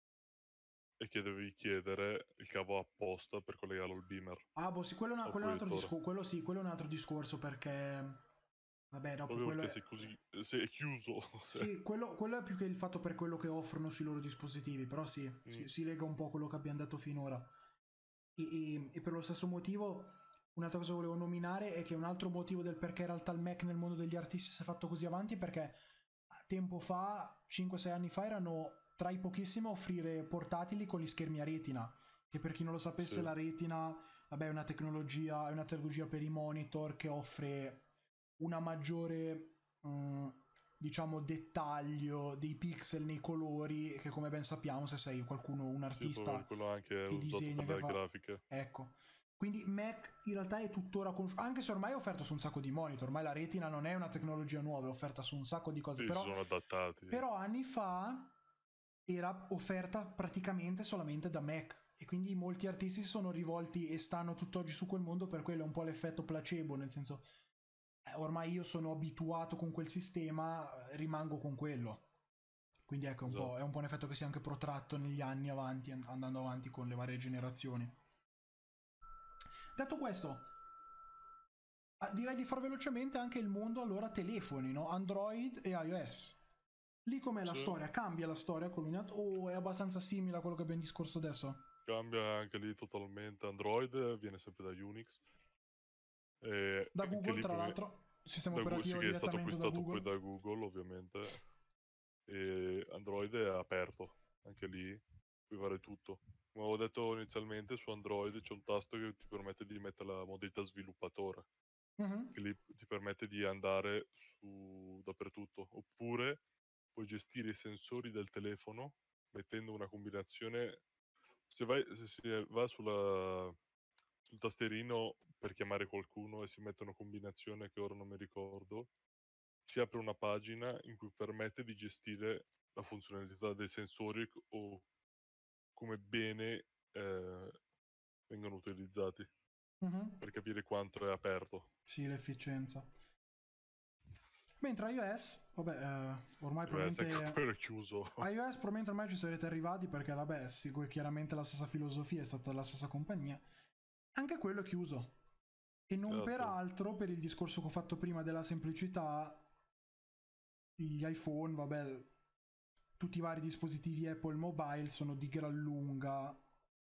S2: e che devi chiedere il cavo apposta per collegarlo al beamer,
S1: Ah, boh, sì, quello è, una-
S2: al
S1: quello è un altro
S2: proiettore.
S1: discorso. Quello sì, quello è un altro discorso perché. Vabbè, dopo
S2: Proprio
S1: quello
S2: perché
S1: è.
S2: sei così, sei chiuso. se-
S1: Sì, quello, quello è più che il fatto per quello che offrono sui loro dispositivi, però sì,
S2: Mm.
S1: si, si lega un po' a quello che abbiamo detto finora. E, e- e per lo stesso motivo, un'altra cosa che volevo nominare è che un altro motivo del perché in realtà il Mac nel mondo degli artisti si è fatto così avanti è perché tempo fa, cinque sei anni fa, erano tra i pochissimi a offrire portatili con gli schermi a retina. che per chi non lo sapesse
S2: Sì.
S1: la retina, vabbè, è una tecnologia, è una tecnologia per i monitor che offre una maggiore, mh, diciamo, dettaglio dei pixel nei colori, che come ben sappiamo, se sei qualcuno, un
S2: Sì, poi
S1: artista
S2: quello anche è
S1: che
S2: usato
S1: disegna,
S2: per
S1: che
S2: le
S1: fa...
S2: grafiche.
S1: Ecco. Quindi Mac in realtà è tuttora conosciuto, anche se ormai è offerto su un sacco di monitor, ormai la retina non è una tecnologia nuova, è offerta su un sacco di cose,
S2: Sì, si
S1: però,
S2: sono adattati.
S1: però anni fa era offerta praticamente solamente da Mac e quindi molti artisti si sono rivolti e stanno tutt'oggi su quel mondo per quello, è un po' l'effetto placebo, nel senso eh, ormai io sono abituato con quel sistema, eh, rimango con quello. Quindi ecco, è un, po', è
S2: Esatto.
S1: un po' un effetto che si è anche protratto negli anni avanti, andando avanti con le varie generazioni. Detto questo, direi di far velocemente anche il mondo allora telefoni, no? Android e iOS. Lì com'è la
S2: Sì.
S1: storia? Cambia la storia con l'United o è abbastanza simile a quello che abbiamo discorso adesso?
S2: Cambia anche lì totalmente. Android viene sempre da Unix. E
S1: Da
S2: anche
S1: Google,
S2: lì
S1: tra
S2: poi
S1: l'altro, sistema
S2: da Gu- sì,
S1: operativo
S2: che è stato
S1: direttamente da
S2: acquistato poi
S1: Google.
S2: da Google, ovviamente. E Android è aperto. Anche lì puoi fare tutto. Come avevo detto inizialmente, su Android c'è un tasto che ti permette di mettere la modalità sviluppatore,
S1: Mhm.
S2: che lì ti permette di andare su dappertutto. Oppure puoi gestire i sensori del telefono mettendo una combinazione. Se vai, se si va sulla, sul tastierino per chiamare qualcuno e si mette una combinazione che ora non mi ricordo, si apre una pagina in cui permette di gestire la funzionalità dei sensori o come bene eh, vengono utilizzati
S1: Mhm.
S2: per capire quanto è aperto.
S1: Sì, l'efficienza. Mentre iOS, vabbè, eh, ormai
S2: Deve essere anche
S1: probabilmente...
S2: quello è chiuso.
S1: iOS probabilmente ormai ci sarete arrivati perché, vabbè, segue chiaramente la stessa filosofia, è stata la stessa compagnia. Anche quello è chiuso. E non
S2: Certo.
S1: peraltro per il discorso che ho fatto prima della semplicità, gli iPhone, vabbè, tutti i vari dispositivi Apple mobile sono di gran lunga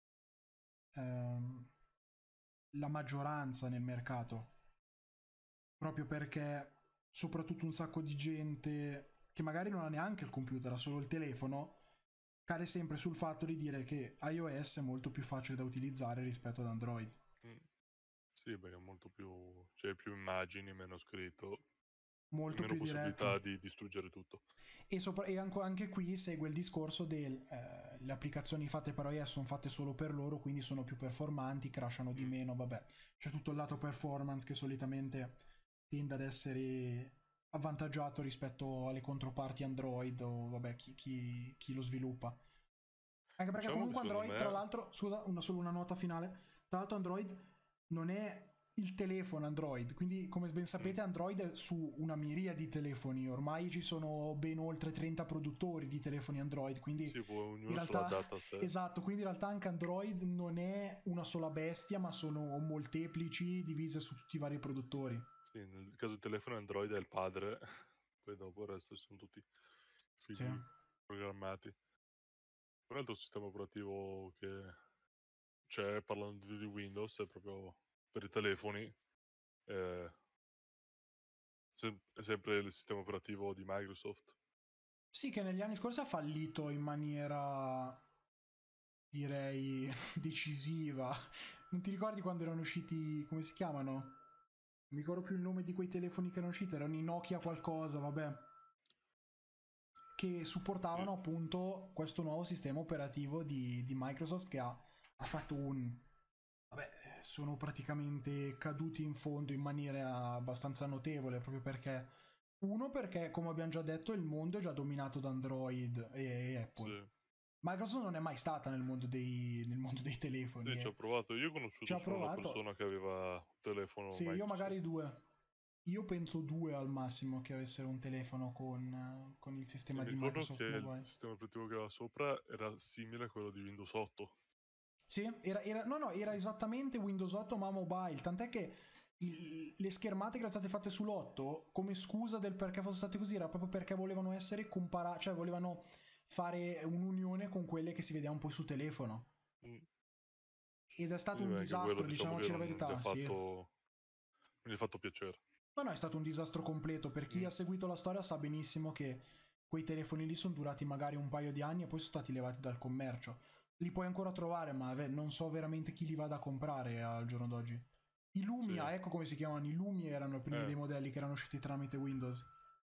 S1: ehm, la maggioranza nel mercato. Proprio perché soprattutto un sacco di gente che magari non ha neanche il computer, ha solo il telefono, cade sempre sul fatto di dire che iOS è molto più facile da utilizzare rispetto ad Android.
S2: Mm. Sì, perché è molto più... c'è più immagini, meno scritto e
S1: Molto
S2: meno
S1: più
S2: possibilità
S1: diretto.
S2: di distruggere tutto.
S1: E, sopra- e anche, anche qui segue il discorso del eh, le applicazioni fatte per iOS sono fatte solo per loro, quindi sono più performanti, crashano di
S2: Mm.
S1: meno, vabbè. C'è tutto il lato performance che solitamente tende ad essere avvantaggiato rispetto alle controparti Android o vabbè chi, chi, chi lo sviluppa. Anche perché
S2: Diciamo che
S1: comunque
S2: secondo
S1: Android, tra
S2: me...
S1: l'altro, scusa, una, solo una nota finale, tra l'altro Android non è il telefono Android, quindi come ben
S2: Mm.
S1: sapete Android è su una miriade di telefoni, ormai ci sono ben oltre trenta produttori di telefoni Android, quindi
S2: Sì, poi
S1: in
S2: ognuno se
S1: realtà,
S2: l'adatta a sé.
S1: esatto, quindi in realtà anche Android non è una sola bestia, ma sono molteplici divise su tutti i vari produttori.
S2: Sì, nel caso del telefono Android è il padre, poi dopo il resto sono tutti
S1: Sì.
S2: figli programmati. Un altro sistema operativo che c'è, parlando di Windows, è proprio per i telefoni, è, sem- è sempre il sistema operativo di Microsoft.
S1: Sì, che negli anni scorsi ha fallito in maniera, direi, decisiva. Non ti ricordi quando erano usciti, come si chiamano? Non mi ricordo più il nome di quei telefoni che erano usciti, erano i Nokia qualcosa, vabbè, che
S2: Sì,
S1: supportavano appunto questo nuovo sistema operativo di, di Microsoft che ha, ha fatto un... Vabbè, sono praticamente caduti in fondo in maniera abbastanza notevole, proprio perché... Uno, perché, come abbiamo già detto, il mondo è già dominato da Android e, e Apple.
S2: sì,
S1: Microsoft non è mai stata nel mondo dei, nel mondo dei telefoni
S2: sì, ci ho
S1: e
S2: provato. Io ho
S1: ci
S2: conosciuto
S1: ha
S2: solo una
S1: provato.
S2: persona che aveva un telefono
S1: Sì, io magari
S2: Microsoft.
S1: due. Io penso due al massimo che avessero un telefono con, con il
S2: Sì,
S1: sistema
S2: mi
S1: di
S2: ricordo che
S1: Microsoft
S2: il
S1: Mobile.
S2: sistema operativo che aveva sopra era simile a quello di Windows otto.
S1: Sì, era, era- no, no, era esattamente Windows otto ma mobile, tant'è che il- le schermate che erano state fatte sull'otto, come scusa del perché fosse state così, era proprio perché volevano essere comparate, cioè volevano fare un'unione con quelle che si vedeva un po' su telefono.
S2: Mm.
S1: Ed è stato
S2: Quindi
S1: un
S2: anche quello
S1: disastro,
S2: diciamo che
S1: diciamoci la
S2: non, non gli ha
S1: verità, sì.
S2: fatto, non gli ha fatto piacere.
S1: No, no, è stato un disastro completo. Per chi
S2: Mm.
S1: ha seguito la storia sa benissimo che quei telefoni lì sono durati magari un paio di anni e poi sono stati levati dal commercio. li puoi ancora trovare, ma non so veramente chi li vada a comprare al giorno d'oggi. I Lumia, sì. Ecco come si chiamano, i Lumia erano i primi eh. dei modelli che erano usciti tramite Windows.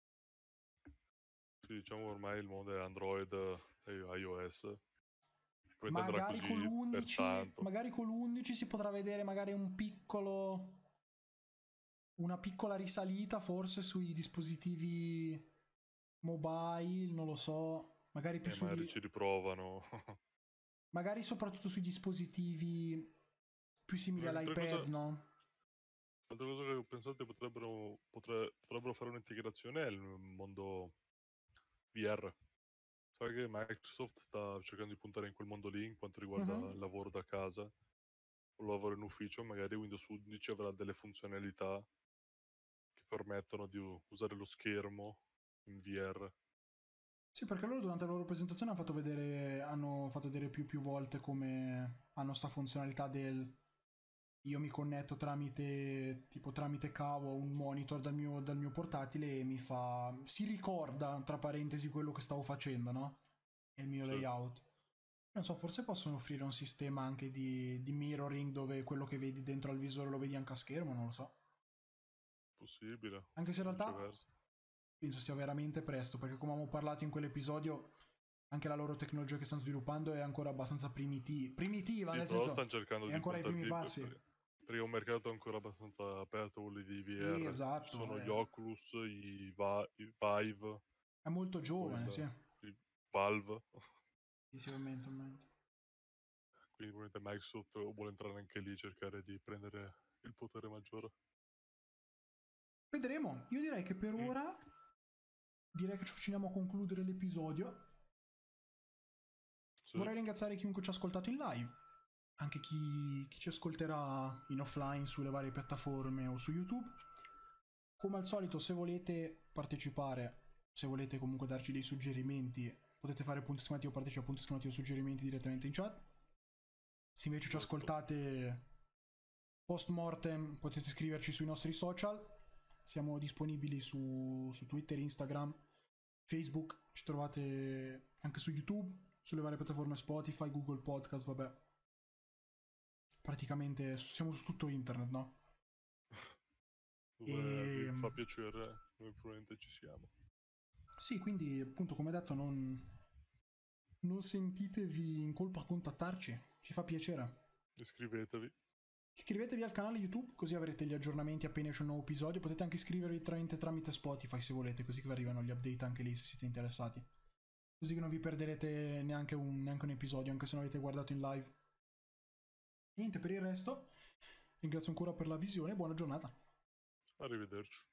S2: Sì, diciamo ormai il mondo è Android e iOS.
S1: Magari con l'undici, magari con l'undici si potrà vedere magari un piccolo una piccola risalita forse sui dispositivi mobile, non lo so, magari più
S2: eh,
S1: sugli...
S2: magari ci riprovano.
S1: Magari soprattutto sui dispositivi più simili ma all'iPad,
S2: cosa...
S1: no?
S2: Altra cosa che ho pensato potrebbero, potre, potrebbero fare un'integrazione è il mondo V R. Sai che Microsoft sta cercando di puntare in quel mondo lì in quanto riguarda uh-huh. il lavoro da casa o il lavoro in ufficio. Magari Windows undici avrà delle funzionalità che permettono di usare lo schermo in V R.
S1: Sì, perché loro durante la loro presentazione hanno fatto vedere, hanno fatto vedere più più volte come hanno sta funzionalità del io mi connetto tramite tipo tramite cavo a un monitor dal mio, dal mio portatile e mi fa si ricorda tra parentesi quello che stavo facendo, no? E il mio sì. layout. Non so, forse possono offrire un sistema anche di, di mirroring dove quello che vedi dentro al visore lo vedi anche a schermo, non lo so.
S2: Possibile.
S1: Anche se in realtà penso sia veramente presto, perché come abbiamo parlato in quell'episodio anche la loro tecnologia che stanno sviluppando è ancora abbastanza primiti- primitiva,
S2: sì,
S1: nel senso
S2: stanno cercando
S1: è
S2: di
S1: ancora ai primi passi.
S2: Per, perché è un mercato ancora abbastanza aperto, quelli di V R.
S1: Sì, esatto.
S2: Ci sono
S1: eh.
S2: gli Oculus, i, Va- i Vive.
S1: È molto giovane,
S2: il,
S1: sì.
S2: Il Valve.
S1: Sì, sicuramente.
S2: Quindi probabilmente Microsoft vuole entrare anche lì, cercare di prendere il potere maggiore.
S1: Vedremo. Io direi che per mm. ora direi che ci avviciniamo a concludere l'episodio. Sì. Vorrei ringraziare chiunque ci ha ascoltato in live, anche chi, chi ci ascolterà in offline sulle varie piattaforme o su YouTube. Come al solito, se volete partecipare, se volete comunque darci dei suggerimenti, potete fare punti esclamativi o partecipa punti esclamativi o suggerimenti direttamente in chat. Se invece ci ascoltate post mortem, potete scriverci sui nostri social. Siamo disponibili su, su Twitter, Instagram, Facebook. Ci trovate anche su YouTube, sulle varie piattaforme Spotify, Google Podcast, vabbè. Praticamente siamo su tutto internet, no?
S2: Dove e... vi fa piacere, noi probabilmente ci siamo.
S1: Sì, quindi appunto come detto non, non sentitevi in colpa a contattarci, ci fa piacere.
S2: Iscrivetevi.
S1: Iscrivetevi al canale YouTube così avrete gli aggiornamenti appena esce un nuovo episodio. Potete anche iscrivervi tramite, tramite Spotify se volete, così che vi arrivano gli update anche lì se siete interessati. Così che non vi perderete neanche un, neanche un episodio, anche se non avete guardato in live. Niente, per il resto ringrazio ancora per la visione e buona giornata.
S2: Arrivederci.